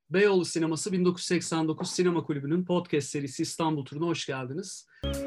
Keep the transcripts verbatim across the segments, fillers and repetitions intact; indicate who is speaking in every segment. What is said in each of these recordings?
Speaker 1: Beyoğlu Sineması bin dokuz yüz seksen dokuz Sinema Kulübü'nün podcast serisi İstanbul Turu'na hoş geldiniz.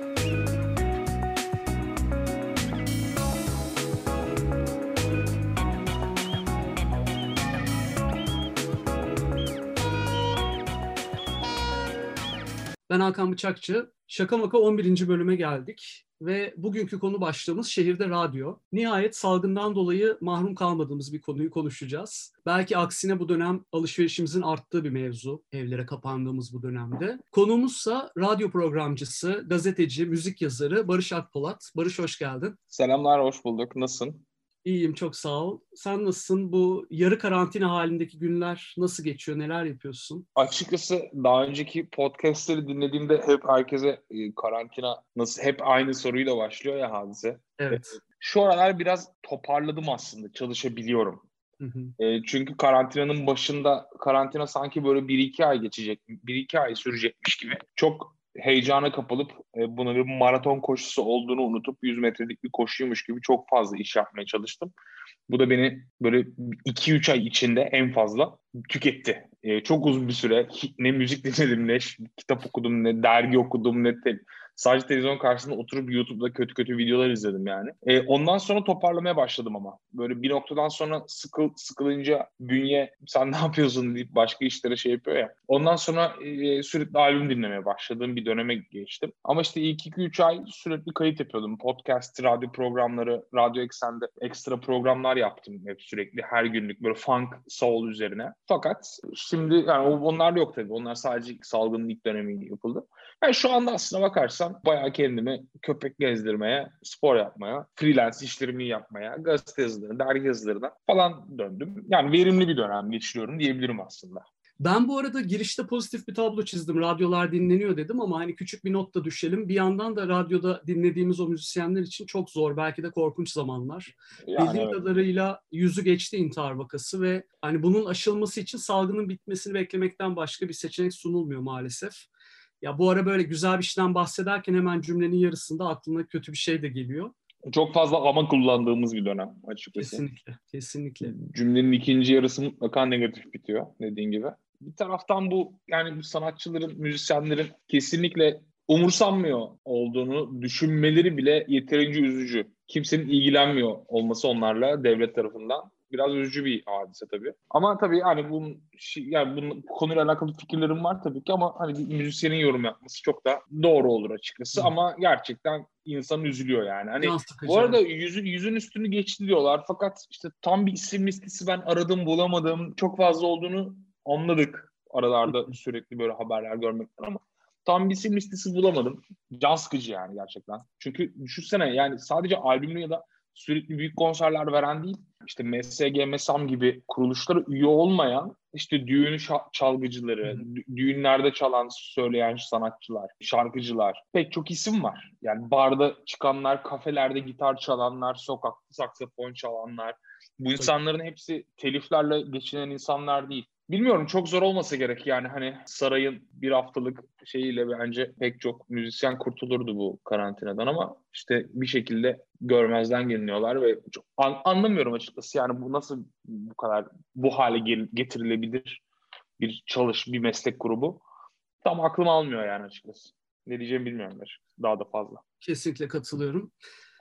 Speaker 1: Ben Hakan Bıçakçı. Şaka maka on birinci bölüme geldik ve bugünkü konu başlığımız şehirde radyo. Nihayet salgından dolayı mahrum kalmadığımız bir konuyu konuşacağız. Belki aksine bu dönem alışverişimizin arttığı bir mevzu, evlere kapandığımız bu dönemde. Konuğumuzsa radyo programcısı, gazeteci, müzik yazarı Barış Akpolat. Barış hoş geldin.
Speaker 2: Selamlar, hoş bulduk. Nasılsın?
Speaker 1: İyiyim, çok sağ ol. Sen nasılsın? Bu yarı karantina halindeki günler nasıl geçiyor? Neler yapıyorsun?
Speaker 2: Açıkçası daha önceki podcastleri dinlediğimde hep herkese e, karantina nasıl hep aynı soruyla başlıyor ya hadise.
Speaker 1: Evet.
Speaker 2: E, şu aralar biraz toparladım aslında. Çalışabiliyorum.
Speaker 1: Hı hı.
Speaker 2: E, çünkü karantinanın başında karantina sanki böyle bir iki ay geçecek, bir iki ay sürecekmiş gibi. Çok heyecana kapılıp e, bunu bir maraton koşusu olduğunu unutup yüz metrelik bir koşuymuş gibi çok fazla iş yapmaya çalıştım. Bu da beni böyle iki üç ay içinde en fazla tüketti. Ee, çok uzun bir süre ne müzik dinledim, ne kitap okudum, ne dergi okudum, ne te- sadece televizyon karşısında oturup YouTube'da kötü kötü videolar izledim yani. Ee, ondan sonra toparlamaya başladım ama. Böyle bir noktadan sonra sıkıl, sıkılınca bünye sen ne yapıyorsun deyip başka işlere şey yapıyor ya. Ondan sonra e, sürekli albüm dinlemeye başladığım bir döneme geçtim. Ama işte ilk iki üç ay sürekli kayıt yapıyordum. Podcast, radyo programları, Radyo Eksen'de ekstra programlar yaptım hep sürekli her günlük böyle funk, soul üzerine. Fakat şimdi yani onlar yok tabii. Onlar sadece salgının ilk dönemi yapıldı. Yani şu anda aslına bakarsan bayağı kendimi köpek gezdirmeye, spor yapmaya, freelance işlerimi yapmaya, gazete yazılarına, dergi yazılarına falan döndüm. Yani verimli bir dönem geçiriyorum diyebilirim aslında.
Speaker 1: Ben bu arada girişte pozitif bir tablo çizdim. Radyolar dinleniyor dedim ama hani küçük bir not da düşelim. Bir yandan da radyoda dinlediğimiz o müzisyenler için çok zor, belki de korkunç zamanlar.
Speaker 2: Yani
Speaker 1: Bildiğim
Speaker 2: evet.
Speaker 1: kadarıyla yüzü geçti intihar vakası ve hani bunun aşılması için salgının bitmesini beklemekten başka bir seçenek sunulmuyor maalesef. Ya bu ara böyle güzel bir şeyden bahsederken hemen cümlenin yarısında aklına kötü bir şey de geliyor.
Speaker 2: Çok fazla ama kullandığımız bir dönem açıkçası.
Speaker 1: Kesinlikle, kesinlikle.
Speaker 2: Cümlenin ikinci yarısı mutlaka negatif bitiyor dediğin gibi. Bir taraftan bu yani bu sanatçıların, müzisyenlerin kesinlikle umursanmıyor olduğunu düşünmeleri bile yeterince üzücü. Kimsenin ilgilenmiyor olması onlarla devlet tarafından. Biraz üzücü bir hadise tabii. Ama tabii hani bunun yani bunun bu konuyla alakalı fikirlerim var tabii ki ama hani bir müzisyenin yorum yapması çok da doğru olur açıkçası. Hı. Ama gerçekten insan üzülüyor yani. Hani bu arada yüzün yüzün üstünü geçti diyorlar fakat işte tam bir isim listesi ben aradım bulamadım. Çok fazla olduğunu anladık aralarda sürekli böyle haberler görmekten ama tam bir isim listesi bulamadım. Can sıkıcı yani gerçekten. Çünkü düşünsene yani sadece albümlü ya da sürekli büyük konserler veren değil, işte M S G, MESAM gibi kuruluşlara üye olmayan işte düğün çalgıcıları, dü- düğünlerde çalan, söyleyen sanatçılar, şarkıcılar pek çok isim var. Yani barda çıkanlar, kafelerde gitar çalanlar, sokakta saksafon çalanlar. Bu insanların hepsi teliflerle geçinen insanlar değil. Bilmiyorum çok zor olmasa gerek yani hani sarayın bir haftalık şeyiyle bence pek çok müzisyen kurtulurdu bu karantinadan ama işte bir şekilde görmezden geliniyorlar ve çok an, anlamıyorum açıkçası yani bu nasıl bu kadar bu hale gel, getirilebilir bir çalış bir meslek grubu tam aklım almıyor yani açıkçası. Ne diyeceğimi bilmiyorum daha da fazla.
Speaker 1: Kesinlikle katılıyorum.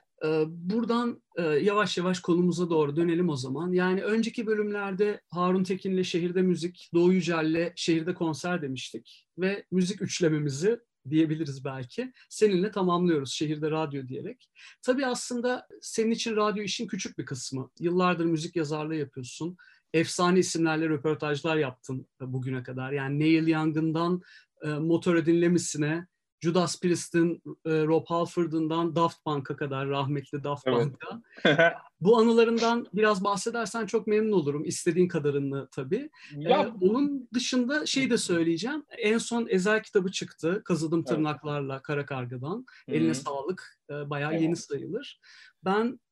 Speaker 1: Buradan yavaş yavaş konumuza doğru dönelim o zaman. Yani önceki bölümlerde Harun Tekin'le Şehirde Müzik, Doğu Yücel'le Şehirde Konser demiştik. Ve müzik üçlememizi diyebiliriz belki. Seninle tamamlıyoruz Şehirde Radyo diyerek. Tabii aslında senin için radyo işin küçük bir kısmı. Yıllardır müzik yazarlığı yapıyorsun. Efsane isimlerle röportajlar yaptın bugüne kadar. Yani Neil Young'ından Motorhead dinlemişsine, Judas Priest'in Rob Halford'undan Daft Punk'a kadar, rahmetli Daft
Speaker 2: Evet.
Speaker 1: Punk'a. Bu anılarından biraz bahsedersen çok memnun olurum. İstediğin kadarını tabii.
Speaker 2: Ya,
Speaker 1: ee, onun dışında şey de söyleyeceğim. En son Ezel kitabı çıktı. Kazıdım tırnaklarla Kara Karga'dan. Eline
Speaker 2: Hı-hı.
Speaker 1: sağlık. Ee, bayağı
Speaker 2: Evet.
Speaker 1: yeni sayılır. Ben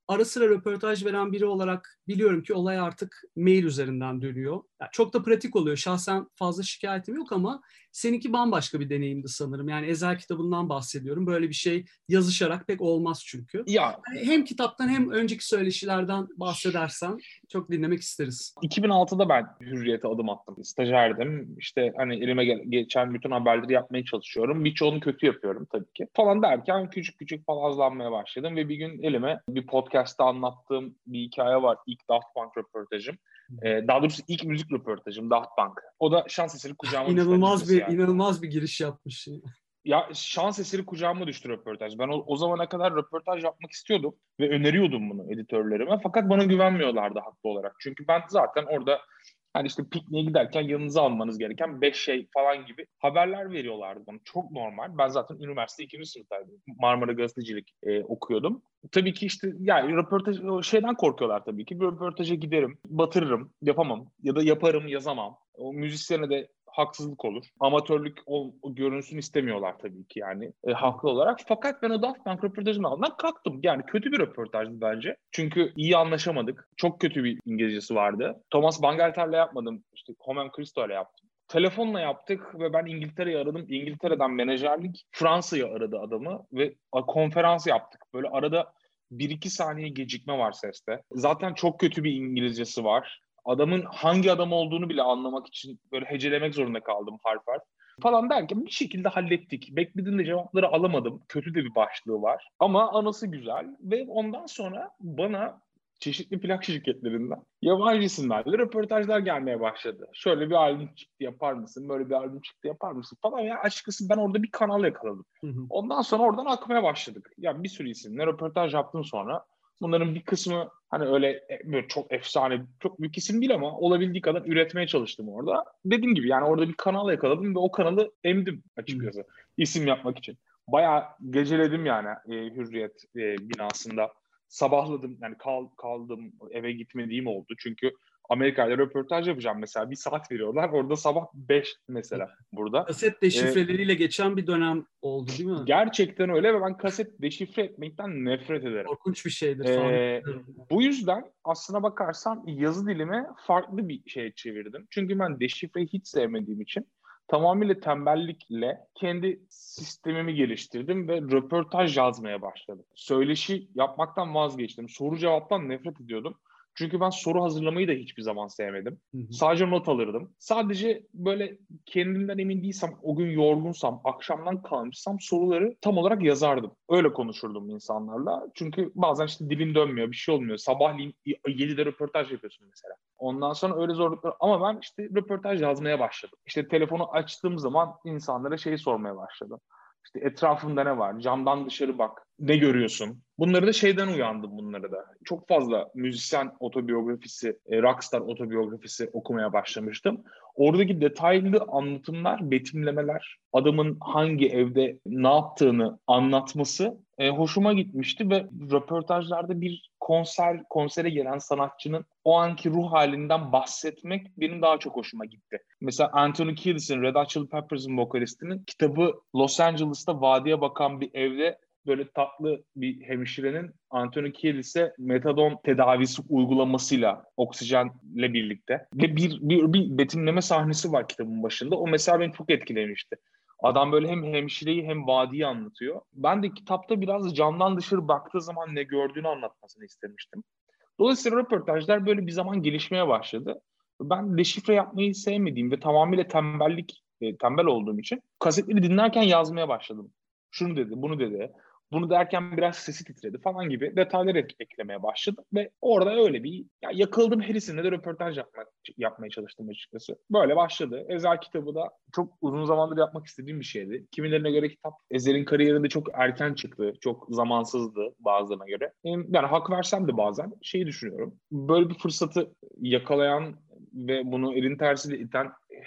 Speaker 1: ara sıra röportaj veren biri olarak biliyorum ki olay artık mail üzerinden dönüyor. Yani çok da pratik oluyor. Şahsen fazla şikayetim yok ama seninki bambaşka bir deneyimdi sanırım. Yani Ezel kitabından bahsediyorum. Böyle bir şey yazışarak pek olmaz çünkü.
Speaker 2: Ya
Speaker 1: Yani hem kitaptan hem önceki söyleşilerden bahsedersen çok dinlemek isteriz.
Speaker 2: iki bin altıda ben Hürriyet'e adım attım. Stajyerdim. İşte hani elime gel- geçen bütün haberleri yapmaya çalışıyorum. Birçoğunu kötü yapıyorum tabii ki. Falan derken küçük küçük palazlanmaya başladım ve bir gün elime bir podcast'ta anlattığım bir hikaye var. İlk Daft Punk röportajım. Ee, daha doğrusu ilk müzik röportajım Daft Punk. O da şans eseri kucağıma düştü
Speaker 1: İnanılmaz
Speaker 2: açıkçası
Speaker 1: bir
Speaker 2: yani.
Speaker 1: inanılmaz bir giriş yapmış.
Speaker 2: Ya şans eseri kucağıma düştü röportaj. Ben o, o zamana kadar röportaj yapmak istiyordum ve öneriyordum bunu editörlerime. Fakat bana güvenmiyorlardı haklı olarak. Çünkü ben zaten orada hani işte pikniğe giderken yanınıza almanız gereken beş şey falan gibi haberler veriyorlardı bana. Çok normal. Ben zaten üniversite ikinci sınıftaydım. Marmara Gazetecilik e, okuyordum. Tabii ki işte yani röportaj o şeyden korkuyorlar tabii ki. Bir röportaja giderim, batırırım, yapamam ya da yaparım, yazamam. O müzisyene de haksızlık olur. Amatörlük o, o görünsün istemiyorlar tabii ki yani e, haklı olarak. Fakat ben o Daft Punk röportajının altından kalktım. Yani kötü bir röportajdı bence. Çünkü iyi anlaşamadık. Çok kötü bir İngilizcesi vardı. Thomas Bangalter'le yapmadım. İşte Homem Christo'yla yaptım. Telefonla yaptık ve ben İngiltere'yi aradım. İngiltere'den menajerlik Fransa'yı aradı adamı ve konferans yaptık. Böyle arada bir iki saniye gecikme var seste. Zaten çok kötü bir İngilizcesi var. Adamın hangi adam olduğunu bile anlamak için böyle hecelemek zorunda kaldım harf harf. Falan derken bir şekilde hallettik. Beklediğim de cevapları alamadım. Kötü de bir başlığı var. Ama anası güzel. Ve ondan sonra bana çeşitli plak şirketlerinden yabancı isimlerle röportajlar gelmeye başladı. Şöyle bir albüm çıktı yapar mısın? Böyle bir albüm çıktı yapar mısın? Falan ya açıkçası ben orada bir kanal yakaladım.
Speaker 1: Hı hı.
Speaker 2: Ondan sonra oradan akmaya başladık. Yani bir sürü isimle röportaj yaptım sonra. Bunların bir kısmı hani öyle böyle çok efsane, çok büyük isim değil ama olabildiği kadar üretmeye çalıştım orada. Dediğim gibi yani orada bir kanal yakaladım ve o kanalı emdim açıkçası isim yapmak için. Bayağı geceledim yani e, Hürriyet e, binasında. Sabahladım yani kal, kaldım eve gitmediğim oldu. Çünkü Amerika'yla röportaj yapacağım mesela. Bir saat veriyorlar. Orada sabah beş mesela burada.
Speaker 1: Kaset
Speaker 2: E,
Speaker 1: deşifreleriyle geçen bir dönem oldu değil mi?
Speaker 2: Gerçekten öyle ve ben kaset deşifre etmekten nefret ederim.
Speaker 1: Korkunç bir şeydir. Tahmin
Speaker 2: Ee,
Speaker 1: ediyorum.
Speaker 2: bu yüzden aslına bakarsan yazı dilime farklı bir şeye çevirdim. Çünkü ben deşifreyi hiç sevmediğim için tamamıyla tembellikle kendi sistemimi geliştirdim ve röportaj yazmaya başladım. Söyleşi yapmaktan vazgeçtim. Soru cevaptan nefret ediyordum. Çünkü ben soru hazırlamayı da hiçbir zaman sevmedim.
Speaker 1: Hı hı.
Speaker 2: Sadece not alırdım. Sadece böyle kendimden emin değilsem, o gün yorgunsam, akşamdan kalmışsam soruları tam olarak yazardım. Öyle konuşurdum insanlarla. Çünkü bazen işte dilin dönmüyor, bir şey olmuyor. Sabahleyin yedide röportaj yapıyorsun mesela. Ondan sonra öyle zorluklar. Ama ben işte röportaj yazmaya başladım. İşte telefonu açtığım zaman insanlara şeyi sormaya başladım. İşte etrafında ne var? Camdan dışarı bak. Ne görüyorsun? Bunları da şeyden uyandım bunları da. Çok fazla müzisyen otobiyografisi, rockstar otobiyografisi okumaya başlamıştım. Oradaki detaylı anlatımlar, betimlemeler, adamın hangi evde ne yaptığını anlatması e, hoşuma gitmişti ve röportajlarda bir konser konsere gelen sanatçının o anki ruh halinden bahsetmek benim daha çok hoşuma gitti. Mesela Anthony Kiedis'in, Red Hot Chili Peppers'ın vokalistinin kitabı Los Angeles'ta vadiye bakan bir evde böyle tatlı bir hemşirenin Anthony Kiedis'e metadon tedavisi uygulamasıyla oksijenle birlikte ve bir, bir, bir betimleme sahnesi var kitabın başında. O mesela beni çok etkilemişti. Adam böyle hem hemşireyi hem vadiyi anlatıyor. Ben de kitapta biraz camdan dışarı baktığı zaman ne gördüğünü anlatmasını istemiştim. Dolayısıyla röportajlar böyle bir zaman gelişmeye başladı. Ben deşifre yapmayı sevmediğim ve tamamıyla tembellik, e, tembel olduğum için kasetleri dinlerken yazmaya başladım. Şunu dedi, bunu dedi. Bunu derken biraz sesi titredi falan gibi detaylar ek- eklemeye başladım ve orada öyle bir ya yakıldım her isimle de röportaj yapmak, yapmaya çalıştım açıkçası. Böyle başladı. Ezel kitabı da çok uzun zamandır yapmak istediğim bir şeydi. Kimilerine göre kitap Ezel'in kariyerinde çok erken çıktı. Çok zamansızdı bazılarına göre. Yani hak versem de bazen şeyi düşünüyorum. Böyle bir fırsatı yakalayan ve bunu elin tersiyle iten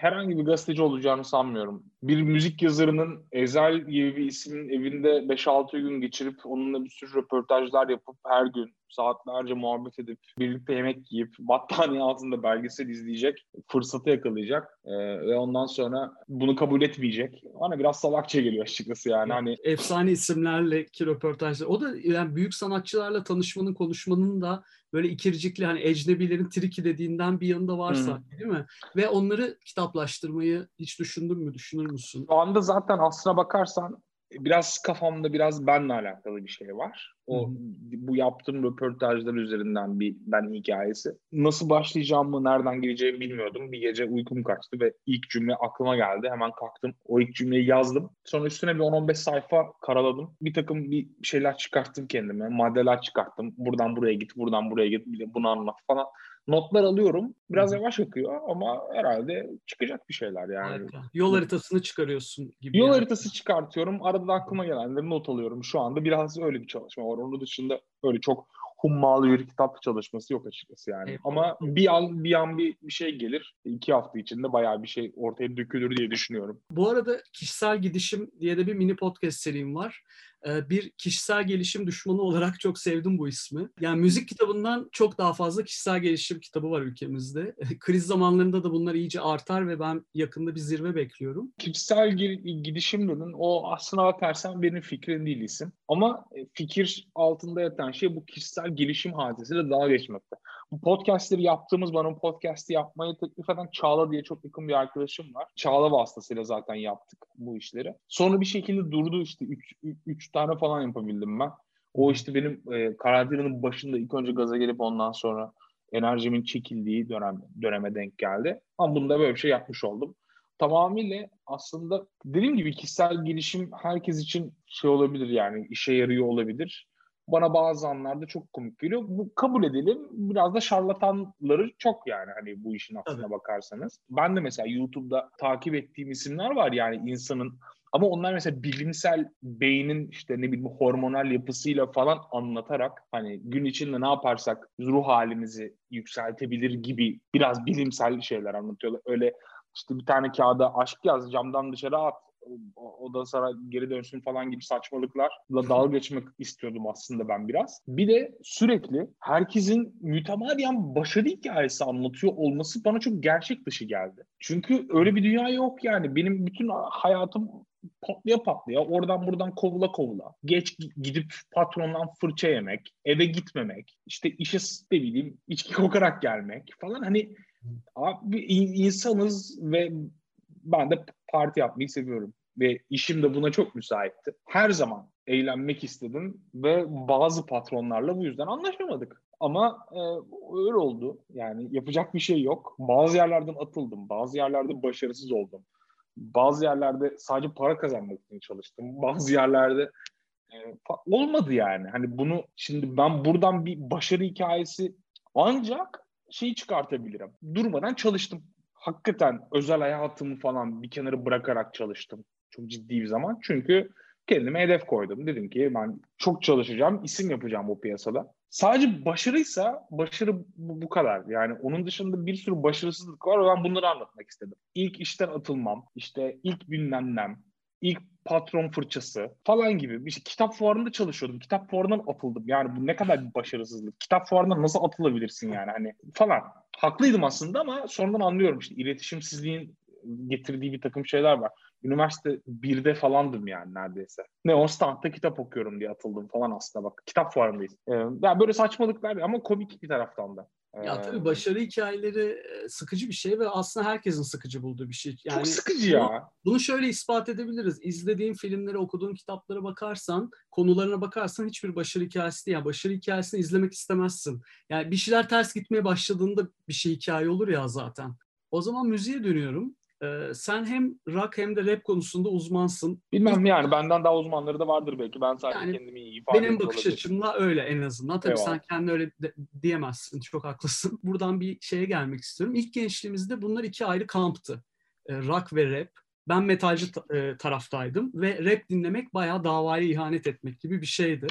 Speaker 2: herhangi bir gazeteci olacağını sanmıyorum. Bir müzik yazarının Ezel gibi bir ismin evinde beş altı gün geçirip onunla bir sürü röportajlar yapıp her gün saatlerce muhabbet edip birlikte yemek yiyip battaniye altında belgesel izleyecek fırsatı yakalayacak ee, ve ondan sonra bunu kabul etmeyecek. Bana biraz salakça geliyor açıkçası yani. Hani
Speaker 1: efsane isimlerle ki röportajlar. O da yani büyük sanatçılarla tanışmanın, konuşmanın da böyle ikircikli hani ecnebilerin triki dediğinden bir yanında varsa
Speaker 2: Hı.
Speaker 1: değil mi? Ve onları kitaplaştırmayı hiç düşündün mü, düşünür müsün?
Speaker 2: Şu anda zaten aslına bakarsan biraz kafamda biraz benle alakalı bir şey var.
Speaker 1: Hı
Speaker 2: O
Speaker 1: hı.
Speaker 2: bu yaptığım röportajlar üzerinden bir ben hikayesi. Nasıl başlayacağımı, nereden gireceğimi bilmiyordum. Bir gece uykum kaçtı ve ilk cümle aklıma geldi. Hemen kalktım. O ilk cümleyi yazdım. Sonra üstüne bir on on beş sayfa karaladım. Bir takım bir şeyler çıkarttım kendime. Maddeler çıkarttım. Buradan buraya git, buradan buraya git, bir de bunu anlat falan. Notlar alıyorum.
Speaker 1: Hı
Speaker 2: Biraz
Speaker 1: hı.
Speaker 2: yavaş akıyor ama herhalde çıkacak bir şeyler yani.
Speaker 1: Harika. Yol haritasını çıkarıyorsun gibi
Speaker 2: Yol
Speaker 1: yani.
Speaker 2: haritası çıkartıyorum. Arada da aklıma gelenleri not alıyorum. Şu anda biraz öyle bir çalışma var. Onun dışında öyle çok hummalı bir kitap çalışması yok açıkçası yani.
Speaker 1: Eyvallah.
Speaker 2: Ama bir an bir an bir, bir şey gelir. İki hafta içinde bayağı bir şey ortaya dökülür diye düşünüyorum.
Speaker 1: Bu arada Kişisel Gidişim diye de bir mini podcast serim var. Ee, Bir kişisel gelişim düşmanı olarak çok sevdim bu ismi. Yani müzik kitabından çok daha fazla kişisel gelişim kitabı var ülkemizde. Kriz zamanlarında da bunlar iyice artar ve ben yakında bir zirve bekliyorum.
Speaker 2: Kişisel gidişim dedin. O aslına bakarsan benim fikrim değil isim. Ama fikir altında yatan şey bu kişisel gelişim hadisesiyle dalga geçmekte. Bu podcastleri yaptığımız, bana podcast'i yapmayı teklif eden Çağla diye çok yakın bir arkadaşım var. Çağla vasıtasıyla zaten yaptık bu işleri. Sonra bir şekilde durdu işte. Üç, üç tane falan yapabildim ben. O işte benim e, karantinanın başında ilk önce gaza gelip ondan sonra enerjimin çekildiği dönem döneme denk geldi. Ama bunda böyle bir şey yapmış oldum. Tamamıyla aslında dediğim gibi kişisel gelişim herkes için şey olabilir yani işe yarıyor olabilir. Bana bazı anlarda çok komik geliyor. Bu kabul edelim. Biraz da şarlatanları çok yani hani bu işin
Speaker 1: Tabii.
Speaker 2: aslına bakarsanız. Ben de mesela YouTube'da takip ettiğim isimler var yani insanın ama onlar mesela bilimsel beynin işte ne bileyim hormonal yapısıyla falan anlatarak hani gün içinde ne yaparsak ruh halimizi yükseltebilir gibi biraz bilimsel şeyler anlatıyorlar. Öyle işte bir tane kağıda aşk yaz, camdan dışarı at, o, o da sana geri dönsün falan gibi saçmalıklarla dalga geçmek istiyordum aslında ben biraz. Bir de sürekli herkesin mütemadiyen başarı hikayesi anlatıyor olması bana çok gerçek dışı geldi. Çünkü öyle bir dünya yok yani. Benim bütün hayatım patlaya patlaya, oradan buradan kovula kovula, geç gidip patrondan fırça yemek, eve gitmemek, işte işe ne bileyim içki kokarak gelmek falan hani abi insanız ve ben de parti yapmayı seviyorum. Ve işim de buna çok müsaitti. Her zaman eğlenmek istedim ve bazı patronlarla bu yüzden anlaşamadık. Ama e, öyle oldu. Yani yapacak bir şey yok. Bazı yerlerden atıldım. Bazı yerlerde başarısız oldum. Bazı yerlerde sadece para kazanmak için çalıştım. Bazı yerlerde e, olmadı yani. Hani bunu şimdi ben buradan bir başarı hikayesi ancak şeyi çıkartabilirim. Durmadan çalıştım. Hakikaten özel hayatımı falan bir kenara bırakarak çalıştım. Çok ciddi bir zaman. Çünkü kendime hedef koydum. Dedim ki ben çok çalışacağım, isim yapacağım bu piyasada. Sadece başarıysa başarı bu, bu kadar. Yani onun dışında bir sürü başarısızlık var ve ben bunları anlatmak istedim. İlk işten atılmam, işte ilk bilmem nem, ilk patron fırçası falan gibi. İşte kitap fuarında çalışıyordum. Kitap fuarından atıldım. Yani bu ne kadar bir başarısızlık. Kitap fuarından nasıl atılabilirsin yani hani falan. Haklıydım aslında ama sonradan anlıyorum işte iletişimsizliğin getirdiği bir takım şeyler var. Üniversite birde falandım yani neredeyse. Ne o standta kitap okuyorum diye atıldım falan aslında bak. Kitap fuarındayız. Ee, yani böyle saçmalıklar ama komik bir taraftan da. Ee,
Speaker 1: Ya tabii başarı hikayeleri sıkıcı bir şey ve aslında herkesin sıkıcı bulduğu bir şey.
Speaker 2: çok
Speaker 1: Yani
Speaker 2: sıkıcı
Speaker 1: bunu,
Speaker 2: ya.
Speaker 1: bunu şöyle ispat edebiliriz. İzlediğin filmlere, okuduğun kitaplara bakarsan, konularına bakarsan hiçbir başarı hikayesi değil. Yani başarı hikayesini izlemek istemezsin. Yani bir şeyler ters gitmeye başladığında bir şey hikaye olur ya zaten. O zaman müziğe dönüyorum. Ee, sen hem rock hem de rap konusunda uzmansın. İlk
Speaker 2: Bilmem yani benden daha uzmanları da vardır belki. Ben sadece
Speaker 1: yani
Speaker 2: kendimi iyi ifade
Speaker 1: benim
Speaker 2: ediyor
Speaker 1: bakış
Speaker 2: olabilirim.
Speaker 1: açımla öyle en azından. Tabii sen
Speaker 2: Eyvallah.
Speaker 1: kendi öyle de, diyemezsin. Çok haklısın. Buradan bir şeye gelmek istiyorum. İlk gençliğimizde bunlar iki ayrı kamptı. E, rock ve rap. Ben metalci ta- e, taraftaydım ve rap dinlemek bayağı davaya ihanet etmek gibi bir şeydi.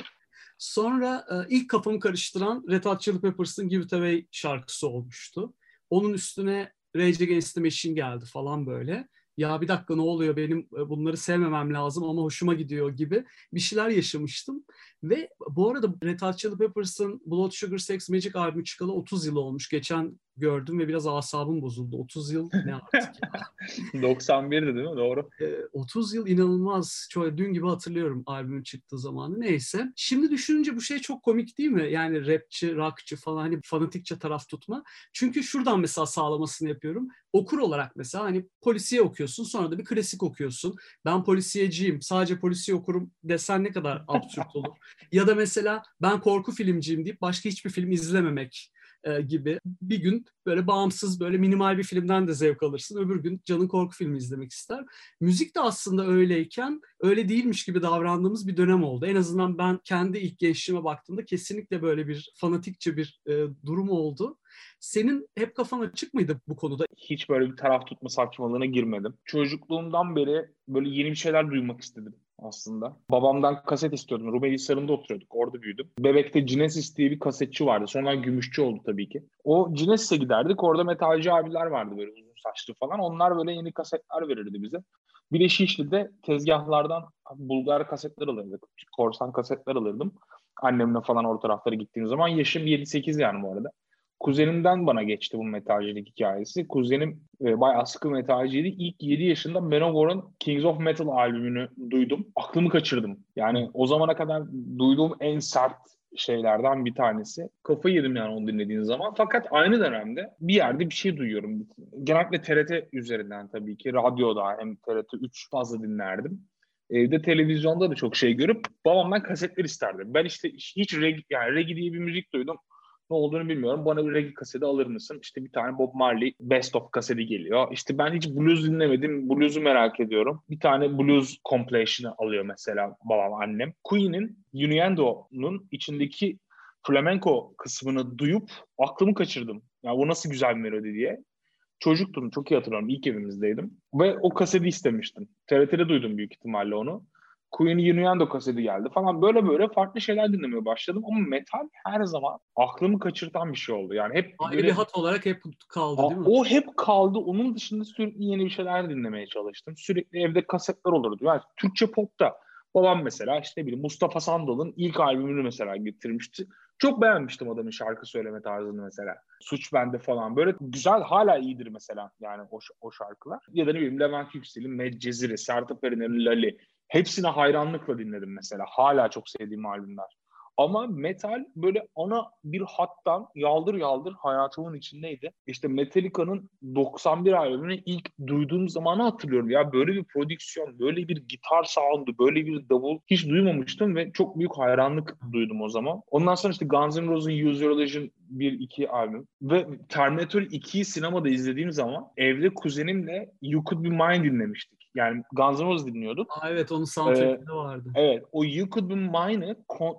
Speaker 1: Sonra e, ilk kafamı karıştıran Red Hot Chili Peppers'ın Give It Away şarkısı olmuştu. Onun üstüne Rage Against the Machine geldi falan böyle. Ya bir dakika ne oluyor, benim bunları sevmemem lazım ama hoşuma gidiyor gibi bir şeyler yaşamıştım. Ve bu arada Red Hot Chili Peppers'ın Blood Sugar Sex Magic albümü çıkalı otuz yıl olmuş. Geçen gördüm ve biraz asabım bozuldu. otuz yıl ne artık ya.
Speaker 2: doksan birdi değil mi? Doğru.
Speaker 1: E, otuz yıl inanılmaz. Çok, dün gibi hatırlıyorum albümün çıktığı zamanı. Neyse. Şimdi düşününce bu şey çok komik değil mi? Yani rapçi, rockçı falan hani fanatikçe taraf tutma. Çünkü şuradan mesela sağlamasını yapıyorum. Okur olarak mesela hani polisiye okuyorsun, sonra da bir klasik okuyorsun. Ben polisiyeciyim, sadece polisiye okurum desen ne kadar absürt olur. Ya da mesela ben korku filmciyim deyip başka hiçbir film izlememek e, gibi. Bir gün böyle bağımsız, böyle minimal bir filmden de zevk alırsın. Öbür gün canın korku filmi izlemek ister. Müzik de aslında öyleyken öyle değilmiş gibi davrandığımız bir dönem oldu. En azından ben kendi ilk gençliğime baktığımda kesinlikle böyle bir fanatikçe bir e, durum oldu. Senin hep kafan açık mıydı bu konuda?
Speaker 2: Hiç böyle bir taraf tutma saçmalığına girmedim. Çocukluğumdan beri böyle yeni bir şeyler duymak istedim aslında. Babamdan kaset istiyordum. Rumeli Hisarı'nda oturuyorduk. Orada büyüdüm. Bebek'te Genesis diye bir kasetçi vardı. Sonra Gümüşçü oldu tabii ki. O Genesis'e giderdik. Orada metalci abiler vardı böyle uzun saçlı falan. Onlar böyle yeni kasetler verirdi bize. Bir de Şişli'de tezgahlardan Bulgar kasetler alırdık. Korsan kasetler alırdım. Annemle falan o taraflara gittiğim zaman. Yaşım yedi sekiz yani bu arada. Kuzenimden bana geçti bu metalcilik hikayesi. Kuzenim e, bayağı sıkı metalciydi. İlk yedi yaşında Manowar'ın Kings of Metal albümünü duydum. Aklımı kaçırdım. Yani o zamana kadar duyduğum en sert şeylerden bir tanesi. Kafayı yedim yani onu dinlediğin zaman. Fakat aynı dönemde bir yerde bir şey duyuyorum. Genellikle T R T üzerinden tabii ki. Radyoda hem T R T üç fazla dinlerdim. Evde televizyonda da çok şey görüp babamdan kasetler isterdim. Ben işte hiç reggae, yani reggae diye bir müzik duydum. Ne olduğunu bilmiyorum. Bana bir reggae kaseti alır mısın? İşte bir tane Bob Marley Best of kaseti geliyor. İşte ben hiç blues dinlemedim. Blues'u merak ediyorum. Bir tane blues compilation'ı alıyor mesela babam, annem. Queen'in Innuendo'nun içindeki flamenco kısmını duyup aklımı kaçırdım. Ya bu nasıl güzel bir melodi diye. Çocuktum, çok iyi hatırlıyorum. İlk evimizdeydim. Ve o kaseti istemiştim. T R T'de duydum büyük ihtimalle onu. Queen Innuendo kaseti geldi falan. Böyle böyle farklı şeyler dinlemeye başladım. Ama metal her zaman aklımı kaçırtan bir şey oldu. Yani hep
Speaker 1: Ayrı bir
Speaker 2: böyle...
Speaker 1: hat olarak hep kaldı değil mi?
Speaker 2: O hep kaldı. Onun dışında sürekli yeni bir şeyler dinlemeye çalıştım. Sürekli evde kasetler olurdu. Yani Türkçe popta babam mesela işte ne bileyim Mustafa Sandal'ın ilk albümünü mesela getirmişti. Çok beğenmiştim adamın şarkı söyleme tarzını mesela. Suç Bende falan. Böyle güzel, hala iyidir mesela yani o, o şarkılar. Ya da ne bileyim Levent Yüksel'in Medcezir'i, Sertab Erener'in Lali. Hepsine hayranlıkla dinledim mesela. Hala çok sevdiğim albümler. Ama metal böyle ana bir hattan yaldır yaldır hayatımın içindeydi. İşte Metallica'nın doksan bir albümünü ilk duyduğum zamanı hatırlıyorum. Ya böyle bir prodüksiyon, böyle bir gitar sound'u, böyle bir davul hiç duymamıştım ve çok büyük hayranlık duydum o zaman. Ondan sonra işte Guns N' Roses'ın Use Your Illusion bir iki albüm ve Terminator ikiyi sinemada izlediğim zaman evde kuzenimle You Could Be Mine dinlemiştik. Yani Guns N' Roses dinliyorduk.
Speaker 1: Aa, evet, onun
Speaker 2: Ee,
Speaker 1: soundtrack'inde vardı.
Speaker 2: evet, o You Could Be Mine'ı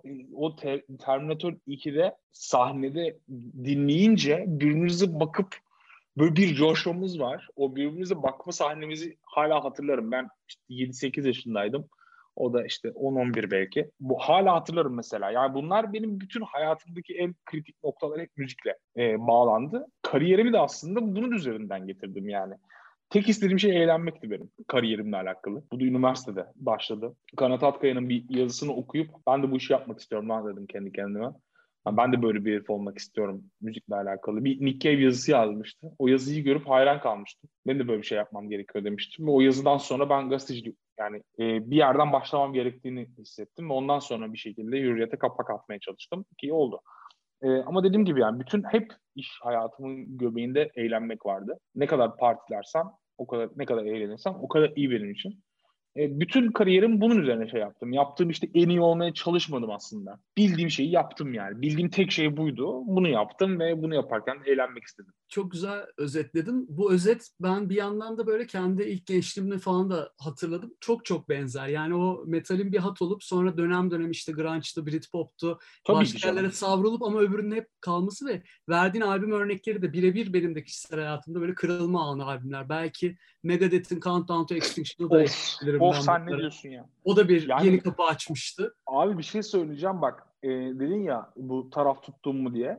Speaker 2: o te- Terminator ikide sahnede dinleyince birbirimize bakıp böyle bir coşmamız var. O birbirimize bakma sahnemizi hala hatırlarım. Ben işte yedi sekiz yaşındaydım. O da işte on on bir belki. Bu hala hatırlarım mesela. Yani bunlar benim bütün hayatımdaki en kritik noktalar hep müzikle e, bağlandı. Kariyerimi de aslında bunun üzerinden getirdim yani. Tek istediğim şey eğlenmekti benim kariyerimle alakalı. Bu da üniversitede başladı. Kanat Atkaya'nın bir yazısını okuyup ben de bu işi yapmak istiyorum lan dedim kendi kendime. Ben de böyle bir herif olmak istiyorum müzikle alakalı. Bir Nick Cave yazısı yazmıştı. O yazıyı görüp hayran kalmıştım. Ben de böyle bir şey yapmam gerekiyor demiştim. Ve o yazıdan sonra ben gazetecilik, yani e, bir yerden başlamam gerektiğini hissettim. Ve ondan sonra bir şekilde Hürriyet'e kapak atmaya çalıştım. Ki iyi oldu. Ee, ama dediğim gibi yani bütün hep iş hayatımın göbeğinde eğlenmek vardı. Ne kadar partilersem, o kadar ne kadar eğlenirsem o kadar iyi benim için. E, bütün kariyerim bunun üzerine şey yaptım. Yaptığım işte en iyi olmaya çalışmadım aslında. Bildiğim şeyi yaptım yani. Bildiğim tek şey buydu. Bunu yaptım ve bunu yaparken de eğlenmek istedim.
Speaker 1: Çok güzel özetledin. Bu özet ben bir yandan da böyle kendi ilk gençliğimde falan da hatırladım. Çok çok benzer. Yani o metalin bir hat olup sonra dönem dönem işte grunge'dı, Britpop'tu,
Speaker 2: Tabii ki
Speaker 1: başka yerlere
Speaker 2: canım.
Speaker 1: savrulup ama öbürünün hep kalması ve verdiğin albüm örnekleri de birebir benim de kişisel hayatımda böyle kırılma anı albümler. Belki Megadeth'in Countdown to Extinction'ı da
Speaker 2: Of,
Speaker 1: ekleyebilirim
Speaker 2: of
Speaker 1: ben
Speaker 2: sen ne
Speaker 1: bunlara.
Speaker 2: diyorsun ya?
Speaker 1: O da bir yeni
Speaker 2: Yani
Speaker 1: kapı açmıştı.
Speaker 2: abi bir şey söyleyeceğim bak. E, dedin ya bu taraf tuttum mu diye.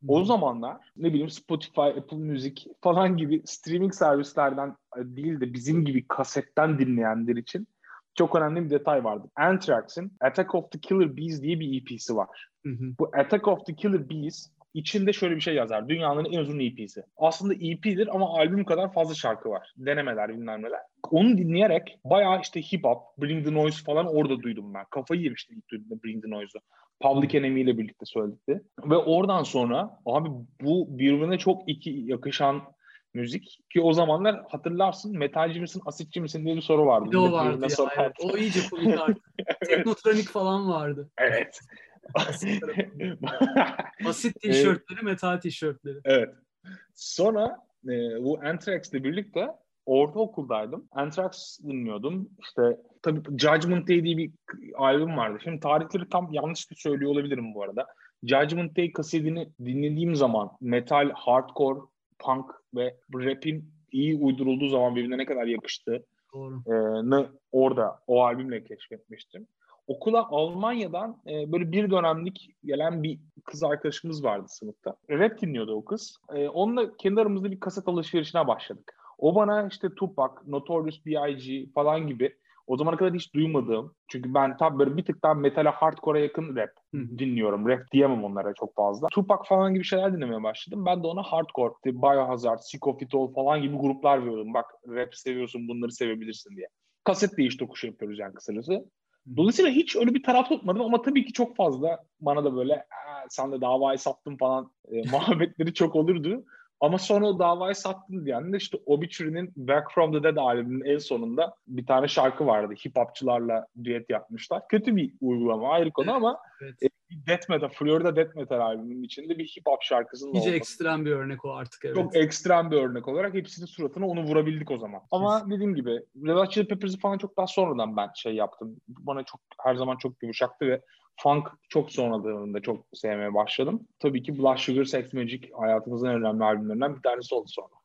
Speaker 2: O zamanlar ne bileyim Spotify, Apple Music falan gibi streaming servislerden değil de bizim gibi kasetten dinleyenler için çok önemli bir detay vardı. Anthrax'in Attack of the Killer Bees diye bir E P'si var.
Speaker 1: Hı hı.
Speaker 2: Bu Attack of the Killer Bees içinde şöyle bir şey yazar. Dünyanın en uzun E P'si. Aslında E P'dir ama albüm kadar fazla şarkı var. Denemeler, bilmem neler. Onu dinleyerek bayağı işte hip hop, Bring the Noise falan orada duydum ben. Kafayı yemiştim ilk duyduğumda Bring the Noise'u. Public Enemy ile birlikte söyletti. Ve oradan sonra abi bu birbirine çok iki yakışan müzik ki o zamanlar hatırlarsın metalci misin, asitçi misin diye bir soru vardı.
Speaker 1: Bir de o vardı ya.
Speaker 2: Sorardı.
Speaker 1: Evet. O iyice komik artık. Teknotronik falan vardı.
Speaker 2: Evet.
Speaker 1: Asit, Asit
Speaker 2: e,
Speaker 1: tişörtleri, metal tişörtleri.
Speaker 2: evet. Sonra e, bu Anthrax'le birlikte ortaokuldaydım. Anthrax dinliyordum. İşte tabii Judgment Day diye bir albüm vardı. Şimdi tarihleri tam yanlış da söylüyor olabilirim bu arada. Judgment Day kasetini dinlediğim zaman metal, hardcore, punk ve rap'in iyi uydurulduğu zaman birbirine ne kadar yakıştığını
Speaker 1: Doğru.
Speaker 2: orada o albümle keşfetmiştim. Okula Almanya'dan e, böyle bir dönemlik gelen bir kız arkadaşımız vardı sınıfta. Rap dinliyordu o kız. E, onunla kendi aramızda bir kaset alışverişine başladık. O bana işte Tupac, Notorious B I G falan gibi o zamana kadar hiç duymadığım, çünkü ben tabii böyle bir tık daha metale, hardcore'a yakın rap Hı-hı. dinliyorum. Rap diyemem onlara çok fazla. Tupac falan gibi şeyler dinlemeye başladım. Ben de ona hardcore, işte Biohazard, Sick of It All falan gibi gruplar veriyordum. Bak rap seviyorsun, bunları sevebilirsin diye. Kaset değiş tokuşu yapıyoruz yani kısacası. Dolayısıyla hiç öyle bir taraf tutmadım ama tabii ki çok fazla bana da böyle sen de davayı sattın falan e, muhabbetleri çok olurdu. Ama sonra o davayı sattın diyen de işte Obituary'nin Back from the Dead albümünün en sonunda bir tane şarkı vardı. Hip hopçılarla düet yapmışlar. Kötü bir uygulama, ayrı konu
Speaker 1: Evet,
Speaker 2: ama
Speaker 1: evet.
Speaker 2: E, Death Metal, Florida Death Metal albümünün içinde bir hip hop şarkısının
Speaker 1: İyice
Speaker 2: olması.
Speaker 1: ekstrem bir örnek o artık, evet.
Speaker 2: Çok ekstrem bir örnek olarak hepsinin suratına onu vurabildik o zaman. Ama Kesin. Dediğim gibi Red Hot Chili Peppers'ı falan çok daha sonradan ben şey yaptım. Bana çok her zaman çok yumuşaktı ve funk çok sonralarında çok sevmeye başladım. Tabii ki Blood Sugar Sex Magic hayatımızın en önemli albümlerinden bir tanesi oldu sonra.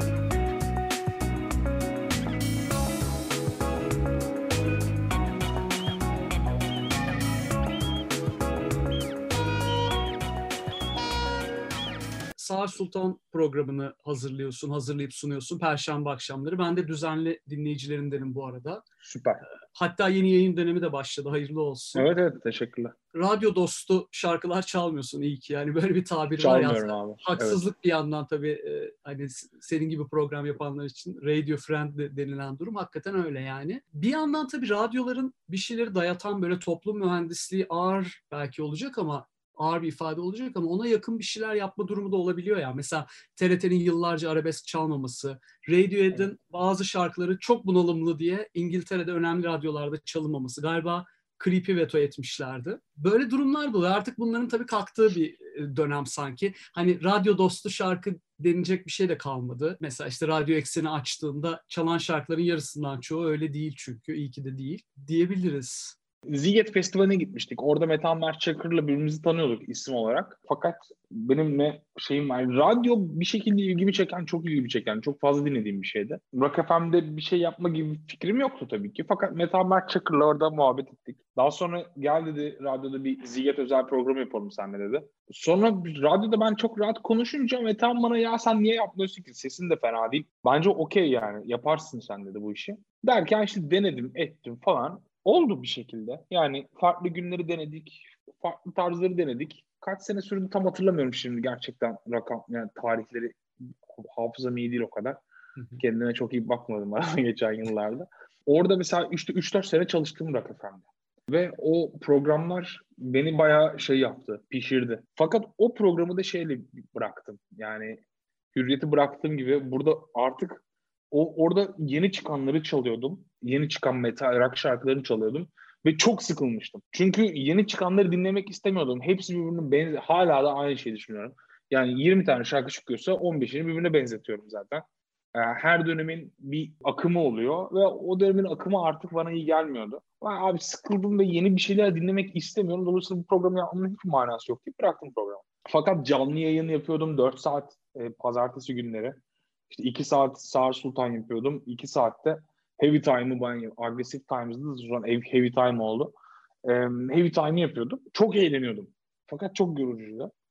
Speaker 1: Sağır Sultan programını hazırlıyorsun, hazırlayıp sunuyorsun Perşembe akşamları. Ben de düzenli dinleyicilerindenim bu arada.
Speaker 2: Süper.
Speaker 1: Hatta yeni yayın dönemi de başladı. Hayırlı olsun.
Speaker 2: Evet evet, teşekkürler.
Speaker 1: Radyo dostu şarkılar çalmıyorsun iyi ki. Yani böyle bir tabir
Speaker 2: Çalmıyorum
Speaker 1: var ya.
Speaker 2: abi.
Speaker 1: Haksızlık
Speaker 2: evet.
Speaker 1: bir yandan tabii e, hani senin gibi program yapanlar için radio friend denilen durum hakikaten öyle yani. Bir yandan tabii radyoların bir şeyleri dayatan böyle toplum mühendisliği ağır belki olacak ama ağır bir ifade olacak ama ona yakın bir şeyler yapma durumu da olabiliyor ya. Mesela T R T'nin yıllarca arabesk çalmaması, Radiohead'in evet. bazı şarkıları çok bunalımlı diye İngiltere'de önemli radyolarda çalınmaması. Galiba Creep'i veto etmişlerdi. Böyle durumlar da oluyor. Artık bunların tabii kalktığı bir dönem sanki. Hani radyo dostu şarkı denilecek bir şey de kalmadı. Mesela işte Radyo Eksen'i açtığında çalan şarkıların yarısından çoğu öyle değil çünkü. İyi ki de değil diyebiliriz.
Speaker 2: Ziget Festivali'ne gitmiştik. Orada Metehan Mert Çakır'la birbirimizi tanıyorduk isim olarak. Fakat benim ne şeyim var. Radyo bir şekilde ilgimi çeken, çok ilgimi çeken, çok fazla dinlediğim bir şeydi. Rock F M'de bir şey yapma gibi bir fikrim yoktu tabii ki. Fakat Metehan Mert Çakır'la orada muhabbet ettik. Daha sonra gel dedi, radyoda bir Ziget özel program yapalım seninle dedi. Sonra radyoda ben çok rahat konuşunca Metehan bana ya sen niye yapmıyorsun ki? Sesin de fena değil. Bence okey yani yaparsın sen dedi bu işi. Derken işte denedim, ettim falan. Oldu bir şekilde. Yani farklı günleri denedik, farklı tarzları denedik. Kaç sene sürdü tam hatırlamıyorum şimdi gerçekten rakam, yani tarihleri hafızam iyi değil o kadar. Hı hı. Kendime çok iyi bakmadım geçen yıllarda. Orada mesela işte üç dört sene çalıştım Rock F M'de. Ve o programlar beni bayağı şey yaptı, pişirdi. Fakat o programı da şeyle bıraktım. Yani hürriyeti bıraktığım gibi burada artık o orada yeni çıkanları çalıyordum. Yeni çıkan metal rock şarkılarını çalıyordum ve çok sıkılmıştım. Çünkü yeni çıkanları dinlemek istemiyordum. Hepsi birbirine benzer. Hala da aynı şeyi düşünüyorum. Yani yirmi tane şarkı çıkıyorsa on beşini birbirine benzetiyorum zaten. Her dönemin bir akımı oluyor ve o dönemin akımı artık bana iyi gelmiyordu. Ben abi sıkıldım ve yeni bir şeyler dinlemek istemiyorum. Dolayısıyla bu programı yapmanın hiçbir manası yok deyip bıraktım programı. Fakat canlı yayın yapıyordum dört saat e, pazartesi günleri. İşte iki saat Sağır Sultan yapıyordum. iki saatte Heavy Time'ı ben Aggressive Times'da sonra Heavy Time oldu. Ee, heavy Time'ı yapıyordum. Çok eğleniyordum. Fakat çok yorucuydu.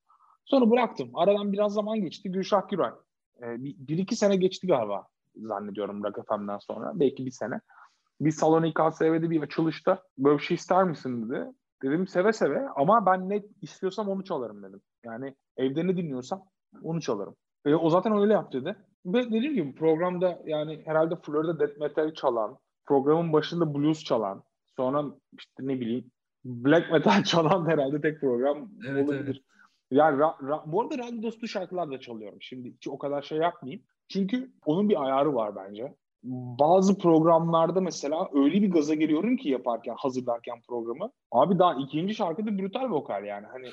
Speaker 2: Sonra bıraktım. Aradan biraz zaman geçti. Gülşah Güray. Ee, bir, bir iki sene geçti galiba zannediyorum Rock F M'den sonra. Belki bir sene. Bir Salon İ K S V'de bir açılışta böyle bir şey ister misin dedi. Dedim seve seve ama ben ne istiyorsam onu çalarım dedim. Yani evde ne dinliyorsam onu çalarım. E, o zaten öyle yaptı dedi. Ve dediğim gibi programda yani herhalde Florida Death Metal çalan, programın başında blues çalan, sonra işte ne bileyim black metal çalan herhalde tek program
Speaker 1: Evet, evet.
Speaker 2: olabilir. Yani ra, ra, bu arada radyo dostu şarkılar da çalıyorum. Şimdi hiç o kadar şey yapmayayım. Çünkü onun bir ayarı var bence. Bazı programlarda mesela öyle bir gaza geliyorum ki yaparken, hazırlarken programı. Abi daha ikinci şarkıda brutal vokal yani. Hani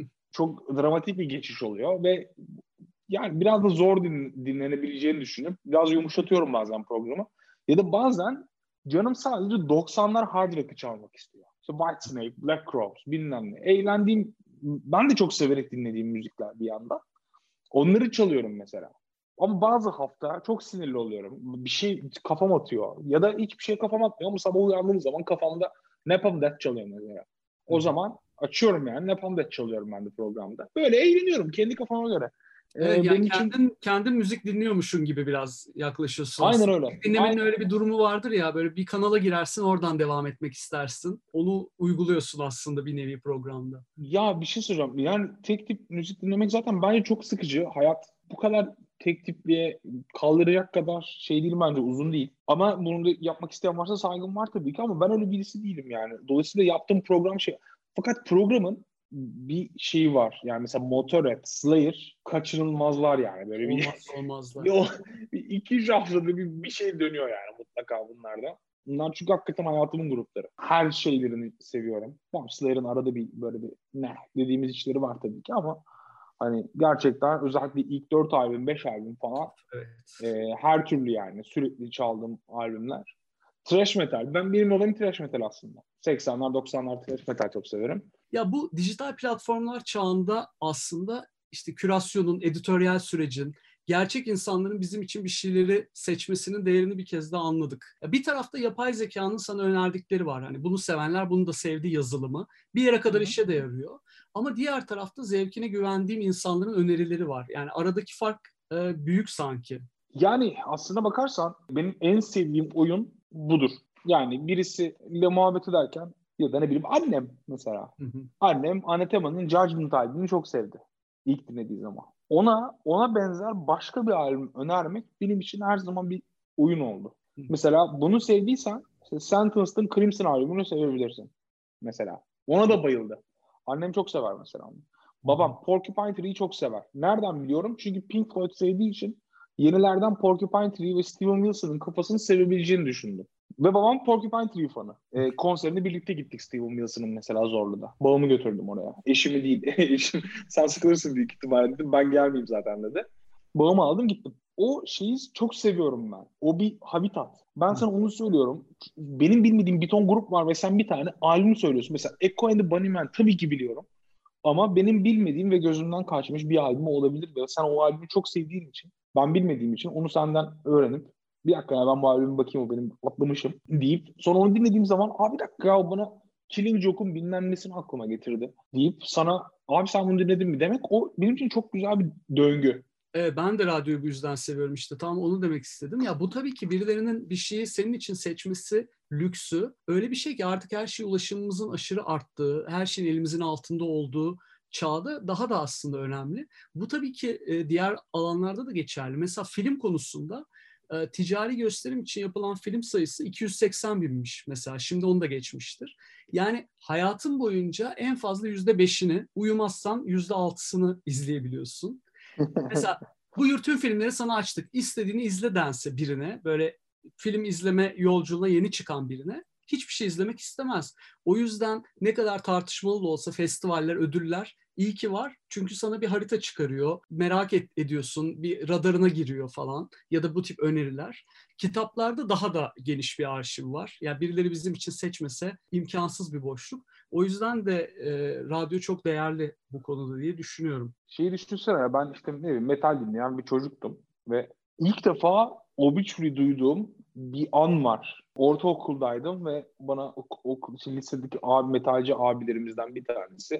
Speaker 2: çok dramatik bir geçiş oluyor ve yani biraz da zor din, dinlenebileceğini düşünüp biraz yumuşatıyorum bazen programı. Ya da bazen canım sadece doksanlar hard rock'ı çalmak istiyor. İşte Whitesnake, Black Crowes bilmem ne. Eğlendiğim, ben de çok severek dinlediğim müzikler bir yandan. Onları çalıyorum mesela. Ama bazı hafta çok sinirli oluyorum. Bir şey kafam atıyor. Ya da hiçbir şey kafam atmıyor ama sabah uyandığım zaman kafamda Napalm Death çalıyor mesela. O zaman açıyorum yani Napalm Death çalıyorum ben de programda. Böyle eğleniyorum kendi kafama göre.
Speaker 1: Evet,
Speaker 2: Ee,
Speaker 1: yani
Speaker 2: benim için
Speaker 1: kendin kendin müzik dinliyormuşsun gibi biraz yaklaşıyorsun
Speaker 2: aynen
Speaker 1: aslında.
Speaker 2: öyle.
Speaker 1: Müzik dinlemenin
Speaker 2: Aynen.
Speaker 1: öyle bir durumu vardır ya, böyle bir kanala girersin, oradan devam etmek istersin. Onu uyguluyorsun aslında bir nevi programda.
Speaker 2: Ya bir şey soracağım. Yani tek tip müzik dinlemek zaten bence çok sıkıcı. Hayat bu kadar tek tipliğe kaldıracak kadar şey değil bence, uzun değil. Ama bunu da yapmak isteyen varsa saygım var tabii ki ama ben öyle birisi değilim yani. Dolayısıyla yaptığım program şey. Fakat programın bir şeyi var. Yani mesela Motorhead, Slayer kaçınılmazlar yani. Böyle bir,
Speaker 1: Olmazsa
Speaker 2: bir,
Speaker 1: olmazlar.
Speaker 2: o, bir iki üç haftada bir, bir şey dönüyor yani mutlaka bunlarda. Bunlar çünkü hakikaten hayatımın grupları. Her şeylerini seviyorum. Tamam, Slayer'ın arada bir böyle bir ne dediğimiz işleri var tabii ki ama hani gerçekten özellikle ilk dört albüm, beş albüm falan
Speaker 1: Evet.
Speaker 2: e, her türlü yani sürekli çaldığım albümler. Thrash metal. Ben benim olayım thrash metal aslında. seksenler doksanlar thrash metal çok severim.
Speaker 1: Ya bu dijital platformlar çağında aslında işte kürasyonun, editoryal sürecin, gerçek insanların bizim için bir şeyleri seçmesinin değerini bir kez daha anladık. Ya bir tarafta yapay zekanın sana önerdikleri var. Hani bunu sevenler bunu da sevdiği yazılımı. Bir yere
Speaker 2: Hı
Speaker 1: kadar
Speaker 2: hı.
Speaker 1: işe de yarıyor. Ama diğer tarafta zevkine güvendiğim insanların önerileri var. Yani aradaki fark e, büyük sanki.
Speaker 2: Yani aslına bakarsan benim en sevdiğim oyun budur. Yani birisiyle muhabbet ederken ya da ne bileyim annem mesela.
Speaker 1: Hı hı.
Speaker 2: Annem Anathema'nın Judgment albümünü çok sevdi. İlk dinlediği zaman. Ona ona benzer başka bir albüm önermek benim için her zaman bir oyun oldu.
Speaker 1: Hı.
Speaker 2: Mesela bunu sevdiysen işte Sentenced'ın Crimson albümünü sevebilirsin. Mesela. Ona da bayıldı. Annem çok sever mesela onu.
Speaker 1: Hı hı.
Speaker 2: Babam Porcupine Tree'yi çok sever. Nereden biliyorum? Çünkü Pink Floyd sevdiği için yenilerden Porcupine Tree ve Steven Wilson'ın kafasını sevebileceğini düşündüm. Ve babam Porcupine Tree fanı. E, konserine birlikte gittik Steven Wilson'ın mesela Zorlu'da. Babamı götürdüm oraya. Eşimi değil. Eşim sen sıkılırsın büyük ihtimalle dedim. Ben gelmeyeyim zaten dedi. Babamı aldım gittim. O şeyi çok seviyorum ben. O bir habitat. Ben sana onu söylüyorum. Benim bilmediğim bir ton grup var ve sen bir tane albüm söylüyorsun. Mesela Echo and the Bunnymen tabii ki biliyorum. Ama benim bilmediğim ve gözümden kaçmış bir albüm olabilir. Ve sen o albümü çok sevdiğin için, ben bilmediğim için onu senden öğrenip bir dakika ya ben bu albüme bakayım o benim atlamışım deyip sonra onu dinlediğim zaman abi bir dakika ya bana Killing Joke'un bilmem nesini aklıma getirdi deyip sana abi sen bunu dinledin mi demek o benim için çok güzel bir döngü.
Speaker 1: Evet, ben de radyoyu bu yüzden seviyorum işte. Tam onu demek istedim. Ya bu tabii ki birilerinin bir şeyi senin için seçmesi lüksü. Öyle bir şey ki artık her şeye ulaşımımızın aşırı arttığı, her şeyin elimizin altında olduğu çağda daha da aslında önemli. Bu tabii ki e, diğer alanlarda da geçerli. Mesela film konusunda e, ticari gösterim için yapılan film sayısı iki yüz seksen binmiş mesela. Şimdi onu da geçmiştir. Yani hayatın boyunca en fazla yüzde beşini, uyumazsan yüzde altısını izleyebiliyorsun. Mesela buyur tüm filmleri sana açtık. İstediğini izle dense birine, böyle film izleme yolculuğuna yeni çıkan birine hiçbir şey izlemek istemez. O yüzden ne kadar tartışmalı da olsa festivaller, ödüller iyi ki var. Çünkü sana bir harita çıkarıyor. Merak et, ediyorsun. Bir radarına giriyor falan. Ya da bu tip öneriler. Kitaplarda daha da geniş bir arşiv var. Yani birileri bizim için seçmese imkansız bir boşluk. O yüzden de e, radyo çok değerli bu konuda diye düşünüyorum.
Speaker 2: Şeyi düşünsene ya ben işte ne bileyim metal dinleyen bir çocuktum ve ilk defa Obituary duyduğum bir an var. Ortaokuldaydım ve bana o, o, işte lisedeki abi, metalci abilerimizden bir tanesi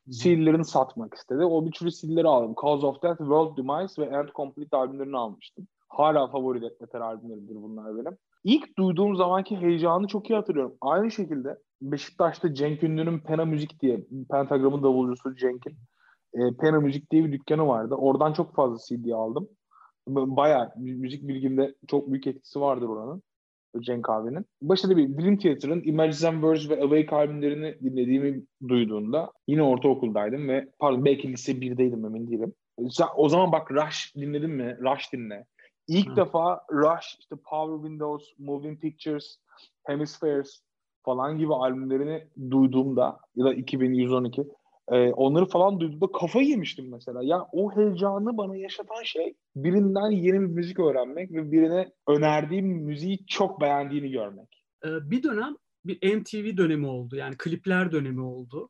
Speaker 2: C D'lerini satmak istedi. O bir sürü C D'leri aldım. Cause of Death, World Demise ve End Complete albümlerini almıştım. Hala favori death metal albümleridir bunlar benim. İlk duyduğum zamanki heyecanı çok iyi hatırlıyorum. Aynı şekilde Beşiktaş'ta Cenk Ünlü'nün Pena Müzik diye, Pentagram'ın davulcusu Cenk'in e, Pena Müzik diye bir dükkanı vardı. Oradan çok fazla C D aldım. Bayağı müzik bilgimde çok büyük etkisi vardır oranın. Cenk abinin. Başta bir Dream Theater'ın Images and Words ve Awake albümlerini dinlediğimi duyduğunda yine ortaokuldaydım ve pardon belki lise birdeydim, emin değilim. O zaman bak Rush dinledin mi? Rush dinle. İlk Hı. defa Rush, işte Power Windows, Moving Pictures, Hemispheres falan gibi albümlerini duyduğumda ya da iki bin yüz on iki e, onları falan duyduğumda kafayı yemiştim mesela. Ya o heyecanı bana yaşatan şey birinden yeni bir müzik öğrenmek ve birine önerdiğim müziği çok beğendiğini görmek.
Speaker 1: Bir dönem bir M T V dönemi oldu. Yani klipler dönemi oldu.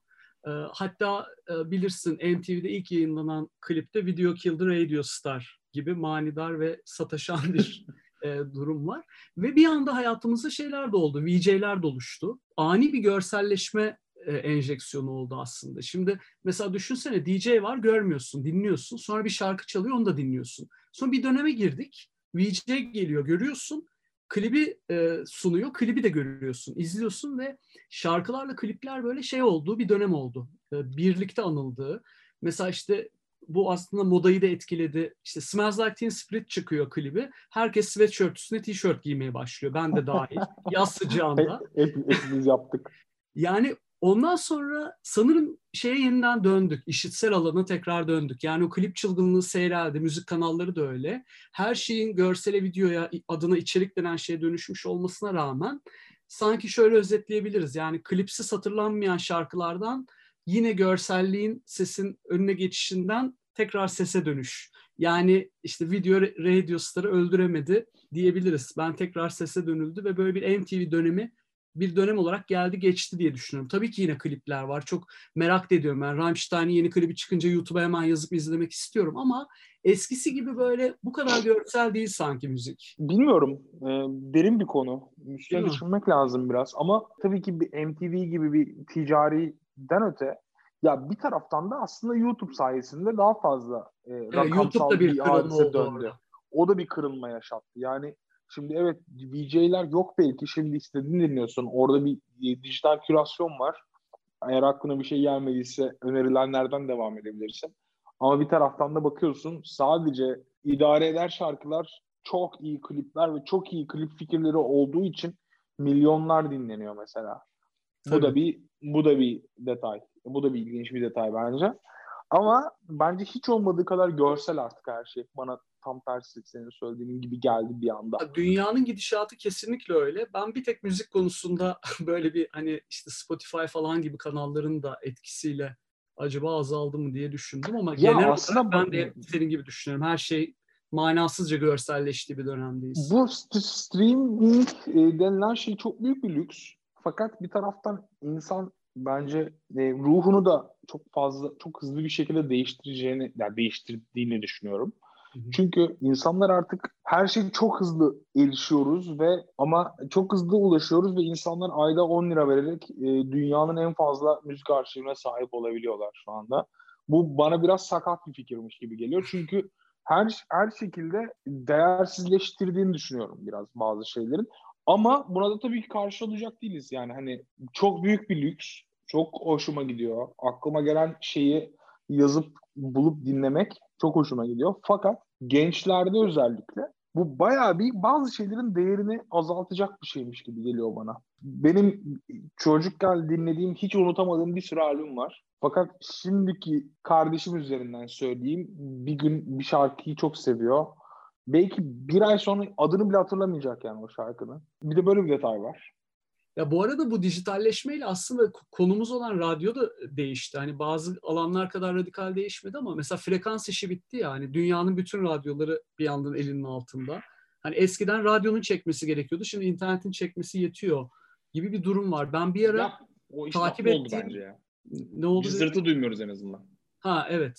Speaker 1: Hatta bilirsin M T V'de ilk yayınlanan klipte Video Killed the Radio Star gibi manidar ve sataşan bir e, durum var. Ve bir anda hayatımızda şeyler de oldu. V J'ler de oluştu. Ani bir görselleşme e, enjeksiyonu oldu aslında. Şimdi mesela düşünsene D J var, görmüyorsun, dinliyorsun. Sonra bir şarkı çalıyor, onu da dinliyorsun. Sonra bir döneme girdik. V J geliyor, görüyorsun. Klibi e, sunuyor, klibi de görüyorsun, izliyorsun ve şarkılarla klipler böyle şey olduğu bir dönem oldu. E, birlikte anıldığı. Mesela işte bu aslında modayı da etkiledi. İşte Smells Like Teen Spirit çıkıyor klibi. Herkes sweatshirt üstüne tişört giymeye başlıyor. Ben de dahil. Yaz sıcağında.
Speaker 2: Hep, hepimiz yaptık.
Speaker 1: Yani ondan sonra sanırım şeye yeniden döndük. İşitsel alana tekrar döndük. Yani o klip çılgınlığı seyreldi. Müzik kanalları da öyle. Her şeyin görsele, videoya, adına içerik denen şeye dönüşmüş olmasına rağmen sanki şöyle özetleyebiliriz. Yani klipsiz hatırlanmayan şarkılardan yine görselliğin sesin önüne geçişinden tekrar sese dönüş. Yani işte video radio starı öldüremedi diyebiliriz. Ben tekrar sese dönüldü ve böyle bir M T V dönemi bir dönem olarak geldi geçti diye düşünüyorum. Tabii ki yine klipler var. Çok merak ediyorum. Ben Rammstein'in yeni klibi çıkınca YouTube'a hemen yazıp izlemek istiyorum ama eskisi gibi böyle bu kadar görsel değil sanki müzik.
Speaker 2: Bilmiyorum. Ee, derin bir konu. Üstüne düşünmek lazım biraz. Ama tabii ki bir M T V gibi bir ticariden öte ya bir taraftan da aslında YouTube sayesinde daha fazla e,
Speaker 1: evet,
Speaker 2: rakamsal
Speaker 1: YouTube'da bir,
Speaker 2: bir hadise döndü. Orada. O da bir kırılma yaşattı. Yani şimdi evet V J'ler yok belki. Şimdi istediğini dinliyorsun. Orada bir e, dijital kürasyon var. Eğer aklına bir şey gelmediyse önerilenlerden devam edebilirsin. Ama bir taraftan da bakıyorsun sadece idare eder şarkılar, çok iyi klipler ve çok iyi klip fikirleri olduğu için milyonlar dinleniyor mesela. Tabii. Bu da bir bu da bir detay. Bu da bir ilginç bir detay bence. Ama bence hiç olmadığı kadar görsel artık her şey. Bana tam tersi senin söylediğin gibi geldi bir anda.
Speaker 1: Dünyanın gidişatı kesinlikle öyle. Ben bir tek müzik konusunda böyle bir hani işte Spotify falan gibi kanalların da etkisiyle acaba azaldı mı diye düşündüm ama ya genel aslında olarak ben de senin gibi düşünüyorum. Her şey manasızca görselleştiği bir dönemdeyiz.
Speaker 2: Bu streaming denilen şey çok büyük bir lüks. Fakat bir taraftan insan bence e, ruhunu da çok fazla, çok hızlı bir şekilde değiştireceğini, yani değiştirdiğini düşünüyorum. Hı hı. Çünkü insanlar artık her şeyi çok hızlı erişiyoruz ve ama çok hızlı ulaşıyoruz ve insanlar ayda on lira vererek e, dünyanın en fazla müzik arşivine sahip olabiliyorlar şu anda. Bu bana biraz sakat bir fikirmiş gibi geliyor. Çünkü her her şekilde değersizleştirdiğini düşünüyorum biraz bazı şeylerin. Ama buna da tabii ki karşı olacak değiliz. Yani hani çok büyük bir lüks. Çok hoşuma gidiyor. Aklıma gelen şeyi yazıp bulup dinlemek çok hoşuma gidiyor. Fakat gençlerde özellikle bu bayağı bir bazı şeylerin değerini azaltacak bir şeymiş gibi geliyor bana. Benim çocukken dinlediğim, hiç unutamadığım bir sürü albüm var. Fakat şimdiki kardeşim üzerinden söyleyeyim, bir gün bir şarkıyı çok seviyor. Belki bir ay sonra adını bile hatırlamayacak yani o şarkının. Bir de böyle bir detay var.
Speaker 1: Ya bu arada bu dijitalleşmeyle aslında konumuz olan radyo da değişti. Hani bazı alanlar kadar radikal değişmedi ama mesela frekans işi bitti ya. Hani dünyanın bütün radyoları bir yandan elinin altında. Hani eskiden radyonun çekmesi gerekiyordu. Şimdi internetin çekmesi yetiyor gibi bir durum var. Ben bir ara
Speaker 2: ya, o iş
Speaker 1: takip
Speaker 2: oldu
Speaker 1: ettiğim...
Speaker 2: bence ya.
Speaker 1: Ne oldu?
Speaker 2: Biz zırtı duymuyoruz en azından.
Speaker 1: Ha evet.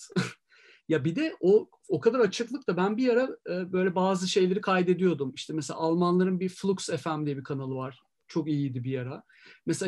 Speaker 1: Ya bir de o o kadar açıklık da ben bir ara e, böyle bazı şeyleri kaydediyordum. İşte mesela Almanların bir Flux F M diye bir kanalı var. Çok iyiydi bir ara. Mesela işte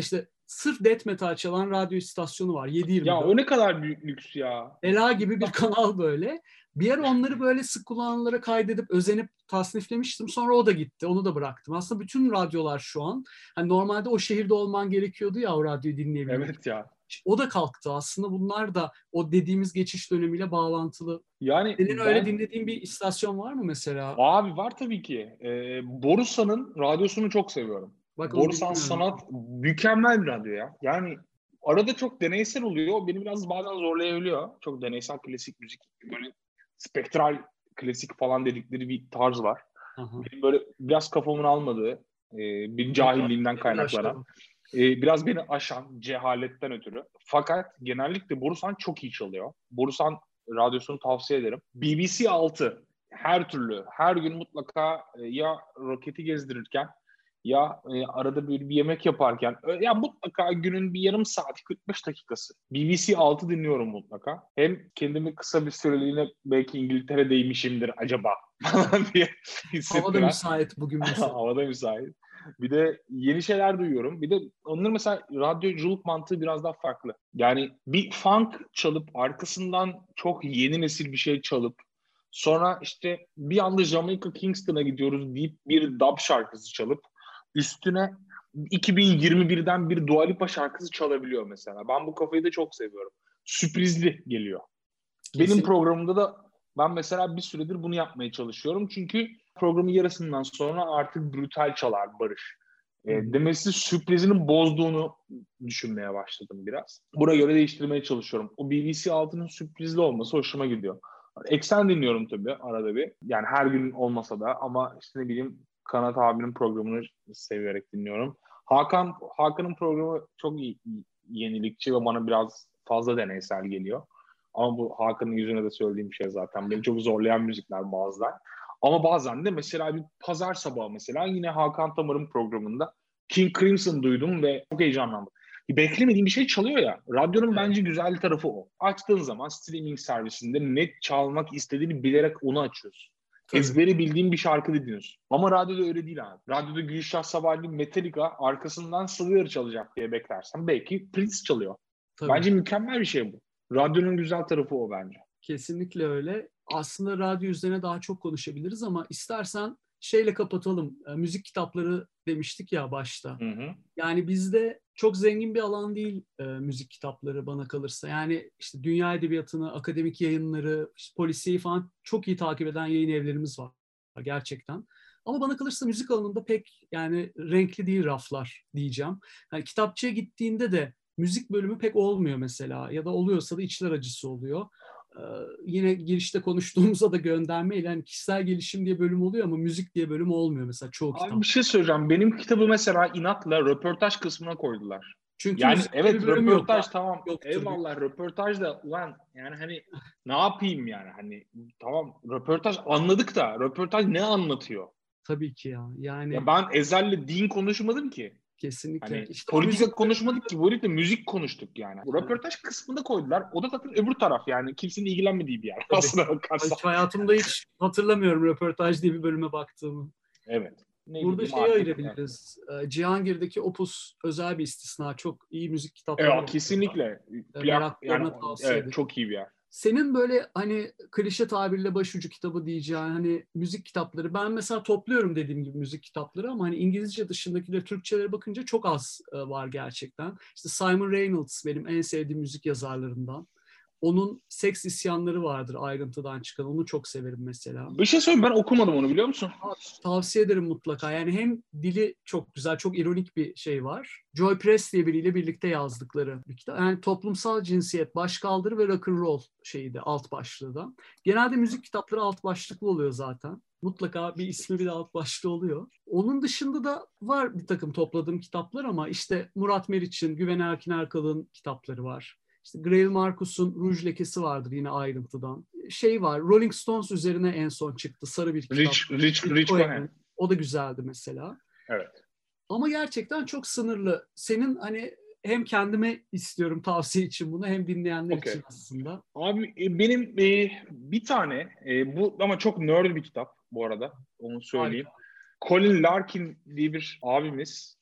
Speaker 1: sırf death metal çalan radyo istasyonu var. yedi yirmi dört.
Speaker 2: Ya o ne kadar büyük lüks ya.
Speaker 1: Ela gibi bir kanal böyle. Bir ara onları böyle sık kullananlara kaydedip özenip tasniflemiştim. Sonra o da gitti. Onu da bıraktım. Aslında bütün radyolar şu an, hani normalde o şehirde olman gerekiyordu ya o radyoyu dinleyebilmek.
Speaker 2: Evet ya.
Speaker 1: O da kalktı. Aslında bunlar da o dediğimiz geçiş dönemiyle bağlantılı.
Speaker 2: Yani
Speaker 1: Senin
Speaker 2: ben...
Speaker 1: öyle dinlediğin bir istasyon var mı mesela?
Speaker 2: Abi var tabii ki. Ee, Borusan'ın radyosunu çok seviyorum.
Speaker 1: Bak,
Speaker 2: Borusan Sanat mükemmel bir radyo ya. Yani arada çok deneysel oluyor. Beni biraz bazen zorlayabiliyor. Çok deneysel klasik müzik. Böyle spektral klasik falan dedikleri bir tarz var.
Speaker 1: Aha.
Speaker 2: Benim böyle biraz kafamın almadığı, e, bir cahilliğimden kaynaklanan, e, biraz beni aşan, cehaletten ötürü. Fakat genellikle Borusan çok iyi çalıyor. Borusan radyosunu tavsiye ederim. B B C altı her türlü, her gün mutlaka e, ya roketi gezdirirken ya e, arada böyle bir yemek yaparken e, ya mutlaka günün bir yarım saati kırk beş dakikası B B C altı dinliyorum mutlaka. Hem kendimi kısa bir süreliğine belki İngiltere'deymişimdir acaba falan diye hissettiren.
Speaker 1: Havada müsait bugün mesela.
Speaker 2: Havada müsait. Bir de yeni şeyler duyuyorum. Bir de onların mesela radyoculuk mantığı biraz daha farklı. Yani bir funk çalıp arkasından çok yeni nesil bir şey çalıp sonra işte bir anda Jamaica Kingston'a gidiyoruz deyip bir dub şarkısı çalıp üstüne iki bin yirmi birden bir Dua Lipa şarkısı çalabiliyor mesela. Ben bu kafayı da çok seviyorum. Sürprizli geliyor. Kesin. Benim programımda da ben mesela bir süredir bunu yapmaya çalışıyorum. Çünkü programın yarısından sonra artık brutal çalar Barış. E, demesi sürprizinin bozduğunu düşünmeye başladım biraz. Buna göre değiştirmeye çalışıyorum. O B B C altının sürprizli olması hoşuma gidiyor. Eksen dinliyorum tabii arada bir. Yani her gün olmasa da ama işte ne bileyim Kanat abinin programını severek dinliyorum. Hakan Hakan'ın programı çok iyi, yenilikçi ve bana biraz fazla deneysel geliyor. Ama bu Hakan'ın yüzüne de söylediğim şey zaten. Beni çok zorlayan müzikler bazen. Ama bazen de mesela bir pazar sabahı mesela yine Hakan Tamar'ın programında King Crimson duydum ve çok heyecanlandım. Beklemediğim bir şey çalıyor ya. Radyonun bence güzel tarafı o. Açtığın zaman streaming servisinde net çalmak istediğini bilerek onu açıyorsun. Tabii. Ezberi bildiğin bir şarkı dinliyorsun. Ama radyoda öyle değil abi. Radyoda Gülşah Sabahli Metallica arkasından Slayer çalacak diye beklersen belki Prince çalıyor. Tabii. Bence mükemmel bir şey bu. Radyonun güzel tarafı o bence.
Speaker 1: Kesinlikle öyle. Aslında radyo üzerine daha çok konuşabiliriz ama istersen şeyle kapatalım. E, müzik kitapları demiştik ya başta.
Speaker 2: Hı hı.
Speaker 1: Yani bizde çok zengin bir alan değil e, müzik kitapları bana kalırsa. Yani işte dünya edebiyatını, akademik yayınları, işte polisiyeyi falan çok iyi takip eden yayın evlerimiz var gerçekten. Ama bana kalırsa müzik alanında pek yani renkli değil raflar diyeceğim. Yani kitapçıya gittiğinde de müzik bölümü pek olmuyor mesela ya da oluyorsa da içler acısı oluyor. Ee, yine girişte konuştuğumuzda da göndermeyle yani kişisel gelişim diye bölüm oluyor ama müzik diye bölüm olmuyor mesela çoğu
Speaker 2: Abi
Speaker 1: kitap.
Speaker 2: bir şey söyleyeceğim. Benim kitabı mesela inatla röportaj kısmına koydular.
Speaker 1: Çünkü
Speaker 2: yani evet röportaj
Speaker 1: yok,
Speaker 2: tamam
Speaker 1: yoktur.
Speaker 2: Eyvallah röportaj da ulan yani hani ne yapayım yani hani tamam röportaj anladık da röportaj ne anlatıyor?
Speaker 1: Tabii ki ya. Yani
Speaker 2: ya ben Ezel'le din konuşmadım ki.
Speaker 1: Kesinlikle.
Speaker 2: Hani
Speaker 1: işte
Speaker 2: politika
Speaker 1: müzik
Speaker 2: konuşmadık ki. Böylelikle müzik konuştuk yani. Evet. Röportaj kısmında koydular. O da zaten öbür taraf yani. Kimsenin ilgilenmediği bir yer.
Speaker 1: Tabii.
Speaker 2: Aslına bakarsan.
Speaker 1: Hiç hayatımda hiç hatırlamıyorum röportaj diye bir bölüme baktığımı.
Speaker 2: Evet. Ne
Speaker 1: Burada şeyi
Speaker 2: artık,
Speaker 1: ayırabiliriz. Evet. Cihangir'deki Opus özel bir istisna. Çok iyi müzik kitapları
Speaker 2: evet,
Speaker 1: var.
Speaker 2: Kesinlikle.
Speaker 1: Plak, yani, tavsiye
Speaker 2: evet,
Speaker 1: ederim.
Speaker 2: çok iyi bir yer.
Speaker 1: Senin böyle hani klişe tabirle başucu kitabı diyeceğin hani müzik kitapları. Ben mesela topluyorum dediğim gibi müzik kitapları ama hani İngilizce dışındakileri Türkçelere bakınca çok az var gerçekten. İşte Simon Reynolds benim en sevdiğim müzik yazarlarından. Onun Seks İsyanları vardır ayrıntıdan çıkan. Onu çok severim mesela.
Speaker 2: Bir şey söyleyeyim ben okumadım onu biliyor musun?
Speaker 1: Tavsiye ederim mutlaka. Yani hem dili çok güzel, çok ironik bir şey var. Joy Press diye biriyle birlikte yazdıkları bir kitap. Yani toplumsal cinsiyet, başkaldırı ve rock'n'roll şeyi de alt başlığı da. Genelde müzik kitapları alt başlıklı oluyor zaten. Mutlaka bir ismi bir de alt başlığı oluyor. Onun dışında da var bir takım topladığım kitaplar ama işte Murat Meriç'in, Güven Erkin Erkal'ın kitapları var. İşte Grail Marcus'un Ruj Lekesi vardır yine ayrıntıdan. Şey var, Rolling Stones üzerine en son çıktı. Sarı bir kitap.
Speaker 2: Rich, Rich, Rich Cohen.
Speaker 1: O da güzeldi mesela.
Speaker 2: Evet.
Speaker 1: Ama gerçekten çok sınırlı. Senin hani hem kendime istiyorum tavsiye için bunu hem dinleyenler okay. için aslında.
Speaker 2: Abi benim e, bir tane e, bu ama çok nerd bir kitap bu arada. Onu söyleyeyim. Harika. Colin Larkin diye bir abimiz.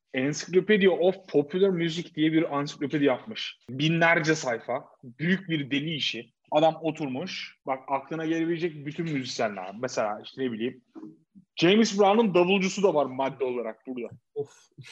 Speaker 2: Encyclopedia of Popular Music diye bir ansiklopedi yapmış. Binlerce sayfa. Büyük bir deli işi. Adam oturmuş. Bak aklına gelebilecek bütün müzisyenler. Mesela işte ne bileyim. James Brown'un davulcusu da var madde olarak burada.
Speaker 1: Of.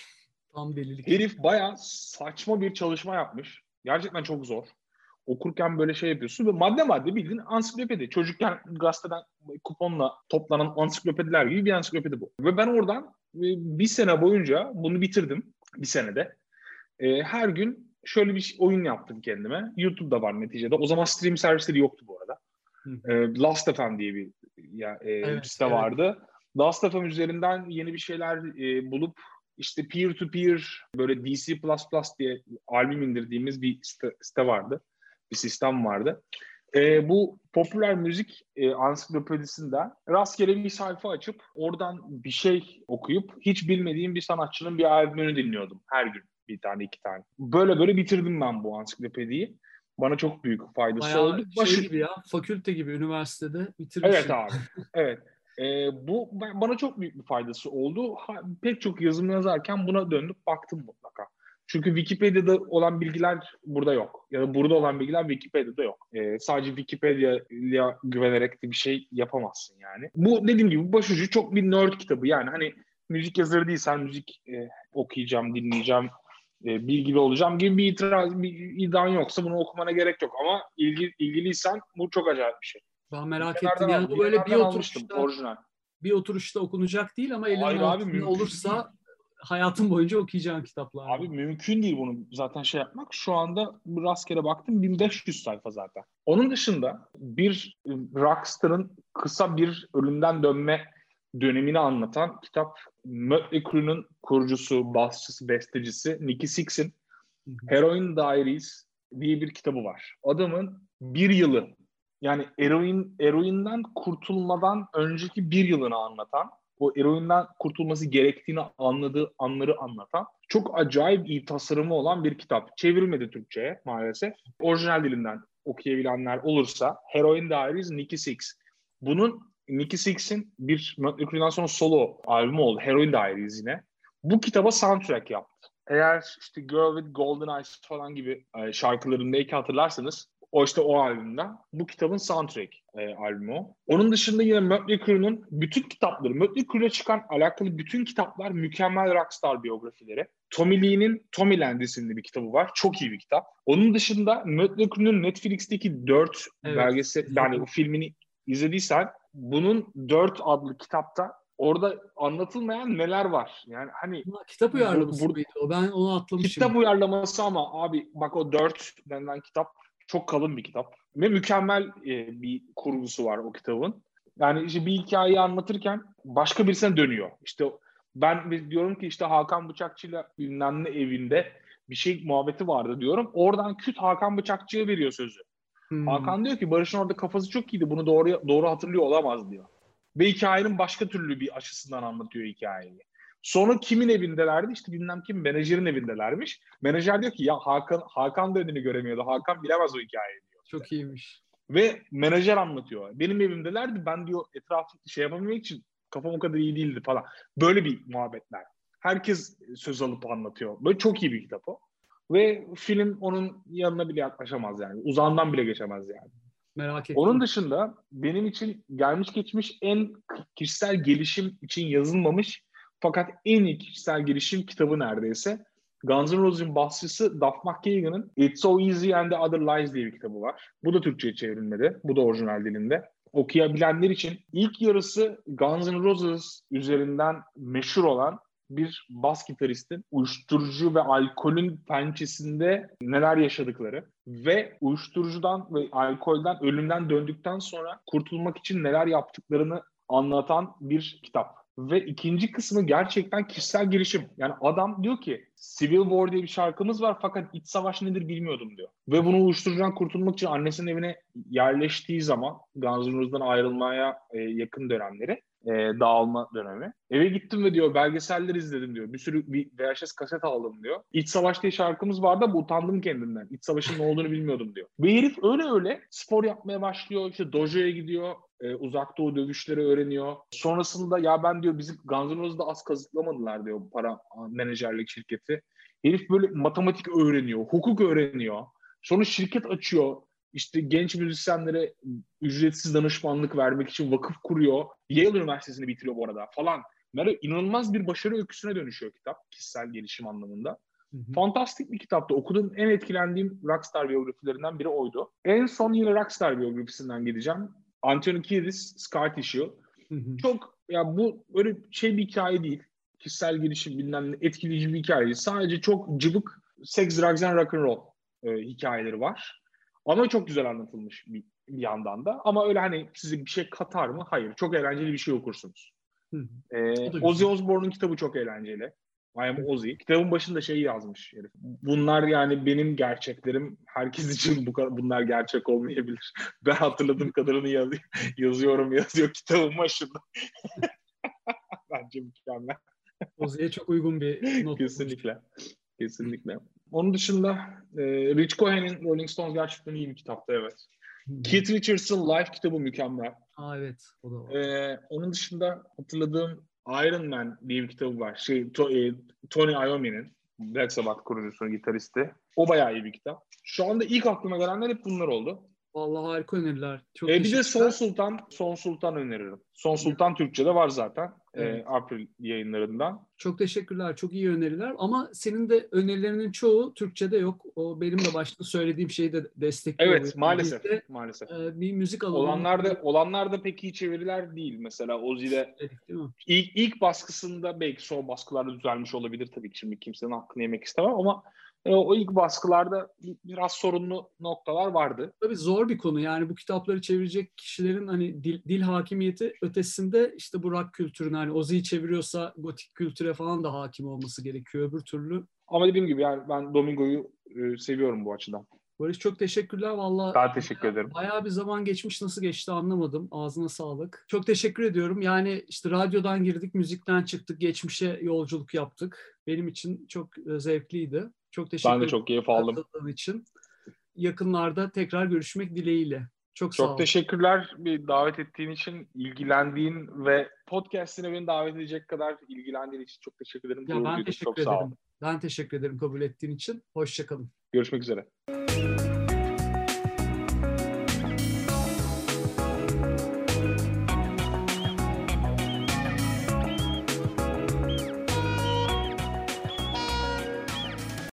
Speaker 1: Tam delilik.
Speaker 2: Herif bayağı saçma bir çalışma yapmış. Gerçekten çok zor. Okurken böyle şey yapıyorsun ve madde madde bildiğin ansiklopedi. Çocukken gazeteden kuponla toplanan ansiklopediler gibi bir ansiklopedi bu. Ve ben oradan bir sene boyunca bunu bitirdim. Bir senede. Ee, her gün şöyle bir oyun yaptım kendime. YouTube'da var neticede. O zaman stream servisleri yoktu bu arada. Ee, Last F M diye bir ya, e,
Speaker 1: evet,
Speaker 2: site
Speaker 1: evet.
Speaker 2: vardı. Last F M üzerinden yeni bir şeyler e, bulup işte peer to peer böyle D C plus plus diye albüm indirdiğimiz bir site, site vardı. Bir sistem vardı. E, bu popüler müzik e, ansiklopedisinden rastgele bir sayfa açıp oradan bir şey okuyup hiç bilmediğim bir sanatçının bir albümünü dinliyordum her gün. Bir tane iki tane. Böyle böyle bitirdim ben bu ansiklopediyi. Bana çok büyük faydası
Speaker 1: Bayağı
Speaker 2: oldu.
Speaker 1: şey
Speaker 2: Başı...
Speaker 1: gibi ya, fakülte gibi üniversitede bitirmişsin.
Speaker 2: Evet abi. Evet. Ee, bu bana çok büyük bir faydası oldu. Ha, pek çok yazım yazarken buna döndük baktım mutlaka. Çünkü Wikipedia'da olan bilgiler burada yok. Ya da burada olan bilgiler Wikipedia'da yok. Ee, sadece Wikipedia'ya güvenerek de bir şey yapamazsın yani. Bu dediğim gibi başucu çok bir nerd kitabı. Yani hani müzik yazarı değilsen müzik e, okuyacağım, dinleyeceğim, e, bilgili olacağım gibi bir itiraz, bir iddian yoksa bunu okumana gerek yok. Ama ilgi, ilgiliysen bu çok acayip bir şey.
Speaker 1: Ben merak
Speaker 2: Bir
Speaker 1: ettim. Yani bu
Speaker 2: bir
Speaker 1: böyle bir
Speaker 2: almıştım
Speaker 1: oturuşta
Speaker 2: orijinal.
Speaker 1: bir oturuşta okunacak değil ama elinin
Speaker 2: Hayır abi,
Speaker 1: altında
Speaker 2: mümkün
Speaker 1: olursa
Speaker 2: değil.
Speaker 1: hayatın boyunca okuyacağın kitaplar.
Speaker 2: Abi mümkün değil bunu zaten şey yapmak. Şu anda rastgele baktım bin beş yüz sayfa zaten. Onun dışında bir rockstar'ın kısa bir ölümden dönme dönemini anlatan kitap, Mötley Crüe'nun kurucusu, basçısı, bestecisi Nicky Sixx'in Heroin Diaries diye bir kitabı var. Adamın bir yılı, yani eroin, eroinden kurtulmadan önceki bir yılını anlatan, o eroinden kurtulması gerektiğini anladığı anları anlatan çok acayip iyi tasarımı olan bir kitap. Çevrilmedi Türkçe'ye maalesef. Orijinal dilinden okuyabilenler olursa Heroin Diaries, Nicky Sixx. Bunun Nicky Sixx'in bir Mötley Crüe'den sonra solo albümü oldu. Heroin Diaries yine. Bu kitaba soundtrack yaptı. Eğer işte Girl with Golden Eyes falan gibi şarkılarını belki hatırlarsanız o işte o albümden. Bu kitabın soundtrack e, albümü o. Onun dışında yine Mötley Crüe'nun bütün kitapları, Mötley Crüe'yle çıkan alakalı bütün kitaplar mükemmel rockstar biyografileri. Tommy Lee'nin Tommyland isimli bir kitabı var. Çok iyi bir kitap. Onun dışında Mötley Crüe'nun Netflix'teki dört evet, belgesel, yani o filmini izlediysen bunun dört adlı kitapta orada anlatılmayan neler var? Yani hani
Speaker 1: kitap uyarlaması mıydı o? Ben onu atlamışım.
Speaker 2: Kitap uyarlaması ama abi bak o dört denilen kitap çok kalın bir kitap. Ve mükemmel e, bir kurgusu var o kitabın. Yani işte bir hikayeyi anlatırken başka birisine dönüyor. İşte ben diyorum ki işte Hakan Bıçakçı'yla bilmem ne evinde bir şey muhabbeti vardı diyorum. Oradan küt Hakan Bıçakçı'ya veriyor sözü. Hmm. Hakan diyor ki Barış'ın orada kafası çok iyiydi. Bunu doğru doğru hatırlıyor olamaz diyor. Ve hikayenin başka türlü bir açısından anlatıyor hikayeyi. Sonra kimin evindelerdi? İşte bilmem kim menajerin evindelermiş. Menajer diyor ki ya Hakan Hakan da önünü göremiyordu. Hakan bilemez o hikayeyi diyor.
Speaker 1: Çok iyiymiş.
Speaker 2: Ve menajer anlatıyor. Benim evimdelerdi. Ben diyor etrafı şey yapabilmek için kafam o kadar iyi değildi falan. Böyle bir muhabbetler. Herkes söz alıp anlatıyor. Böyle çok iyi bir kitap o. Ve film onun yanına bile yaklaşamaz yani. Uzağından bile geçemez yani.
Speaker 1: Merak ettim.
Speaker 2: Onun dışında benim için gelmiş geçmiş en kişisel gelişim için yazılmamış fakat en iyi kişisel gelişim kitabı neredeyse. Guns N' Roses'in basçısı Duff McKagan'ın It's So Easy and the Other Lies diye bir kitabı var. Bu da Türkçe'ye çevrilmedi. Bu da orijinal dilinde. Okuyabilenler için ilk yarısı Guns N' Roses üzerinden meşhur olan bir bas gitaristin uyuşturucu ve alkolün pençesinde neler yaşadıkları ve uyuşturucudan ve alkolden, ölümden döndükten sonra kurtulmak için neler yaptıklarını anlatan bir kitap. Ve ikinci kısmı gerçekten kişisel gelişim. Yani adam diyor ki Civil War diye bir şarkımız var fakat iç savaş nedir bilmiyordum diyor. Ve bunu uyuşturucudan kurtulmak için annesinin evine yerleştiği zaman Guns N' Roses'dan ayrılmaya yakın dönemleri e, dağılma dönemi. Eve gittim ve diyor belgeseller izledim diyor. Bir sürü bir V H S kaset aldım diyor. İç Savaş diye şarkımız vardı ama utandım kendimden. İç Savaş'ın ne olduğunu bilmiyordum diyor. Ve herif öyle öyle spor yapmaya başlıyor. İşte dojo'ya gidiyor. E, uzak doğu dövüşleri öğreniyor. Sonrasında ya ben diyor bizim Guns N' Roses'da az kazıklamadılar diyor para menajerlik şirketi. Herif böyle matematik öğreniyor, hukuk öğreniyor. Sonra şirket açıyor. İşte genç müzisyenlere ücretsiz danışmanlık vermek için vakıf kuruyor. Yale Üniversitesi'ni bitiriyor bu arada falan. Böyle inanılmaz bir başarı öyküsüne dönüşüyor kitap. Kişisel gelişim anlamında. Hı hı. Fantastik bir kitaptı. Okuduğum en etkilendiğim rockstar biyografilerinden biri oydu. En son yine rockstar biyografisinden gideceğim. Anthony Kiedis, Scar Tissue. Hı hı. Çok ya bu böyle şey bir hikaye değil. Kişisel gelişim bilmem ne etkileyici bir hikaye değil. Sadece çok cıvık sex, drugs and rock and roll e, hikayeleri var. Ama çok güzel anlatılmış bir, bir yandan da. Ama öyle hani size bir şey katar mı? Hayır. Çok eğlenceli bir şey okursunuz. Hı hı. Ee, Ozzy Osbourne'un kitabı çok eğlenceli. I Am Ozzy. Kitabın başında şey yazmış herif. Bunlar yani benim gerçeklerim. Herkes için bu kadar, bunlar gerçek olmayabilir. Ben hatırladığım kadarını yaz, yazıyorum yazıyor kitabın başında. Bence mükemmel.
Speaker 1: Ozzy'ye çok uygun bir not.
Speaker 2: Kesinlikle. Kesinlikle. Onun dışında e, Rich Cohen'in Rolling Stones gerçekten iyi bir kitaptı, evet. Hmm. Keith Richards'ın Life kitabı mükemmel.
Speaker 1: Aa, evet, o da var.
Speaker 2: E, onun dışında hatırladığım Iron Man diye bir kitabı var. Şey, to, e, Tony Iommi'nin, Black Sabbath kurucusunun gitaristi. O bayağı iyi bir kitap. Şu anda ilk aklıma gelenler hep bunlar oldu.
Speaker 1: Vallahi harika öneriler. Çok
Speaker 2: e, bir de Son Sultan, Son Sultan öneririm. Son Sultan evet. Türkçe'de var zaten. Evet. E, April yayınlarından.
Speaker 1: Çok teşekkürler. Çok iyi öneriler. Ama senin de önerilerinin çoğu Türkçe'de yok. O benim de başta söylediğim şeyi de destekliyor.
Speaker 2: Evet, maalesef.
Speaker 1: Bizde,
Speaker 2: maalesef.
Speaker 1: E, bir müzik alanı.
Speaker 2: Olanlarda, olanlarda pek iyi çeviriler değil. Mesela Ozzy'de ilk, ilk baskısında belki son baskılarda düzelmiş olabilir tabii ki. Şimdi kimsenin hakkını yemek istemem ama e, o ilk baskılarda biraz sorunlu noktalar vardı.
Speaker 1: Tabii zor bir konu. Yani bu kitapları çevirecek kişilerin hani dil, dil hakimiyeti ötesinde işte bu rock kültürüne, hani Ozzy'yi çeviriyorsa gotik kültüre falan da hakim olması gerekiyor öbür türlü.
Speaker 2: Ama dediğim gibi yani ben Domingo'yu e, seviyorum bu açıdan.
Speaker 1: Barış çok teşekkürler valla.
Speaker 2: Ben teşekkür ederim.
Speaker 1: Bayağı bir zaman geçmiş, nasıl geçti anlamadım. Ağzına sağlık. Çok teşekkür ediyorum. Yani işte radyodan girdik, müzikten çıktık, geçmişe yolculuk yaptık. Benim için çok zevkliydi. Çok teşekkür ederim.
Speaker 2: Ben de çok keyif aldım.
Speaker 1: için. Yakınlarda tekrar görüşmek dileğiyle. Çok,
Speaker 2: çok
Speaker 1: sağ ol.
Speaker 2: Teşekkürler bir davet ettiğin için, ilgilendiğin ve podcast'ine beni davet edecek kadar ilgilendiğin için çok teşekkür ederim.
Speaker 1: Ya ben teşekkür çok ederim. Sağ ol. Ben teşekkür ederim kabul ettiğin için. Hoşça kalın.
Speaker 2: Görüşmek üzere.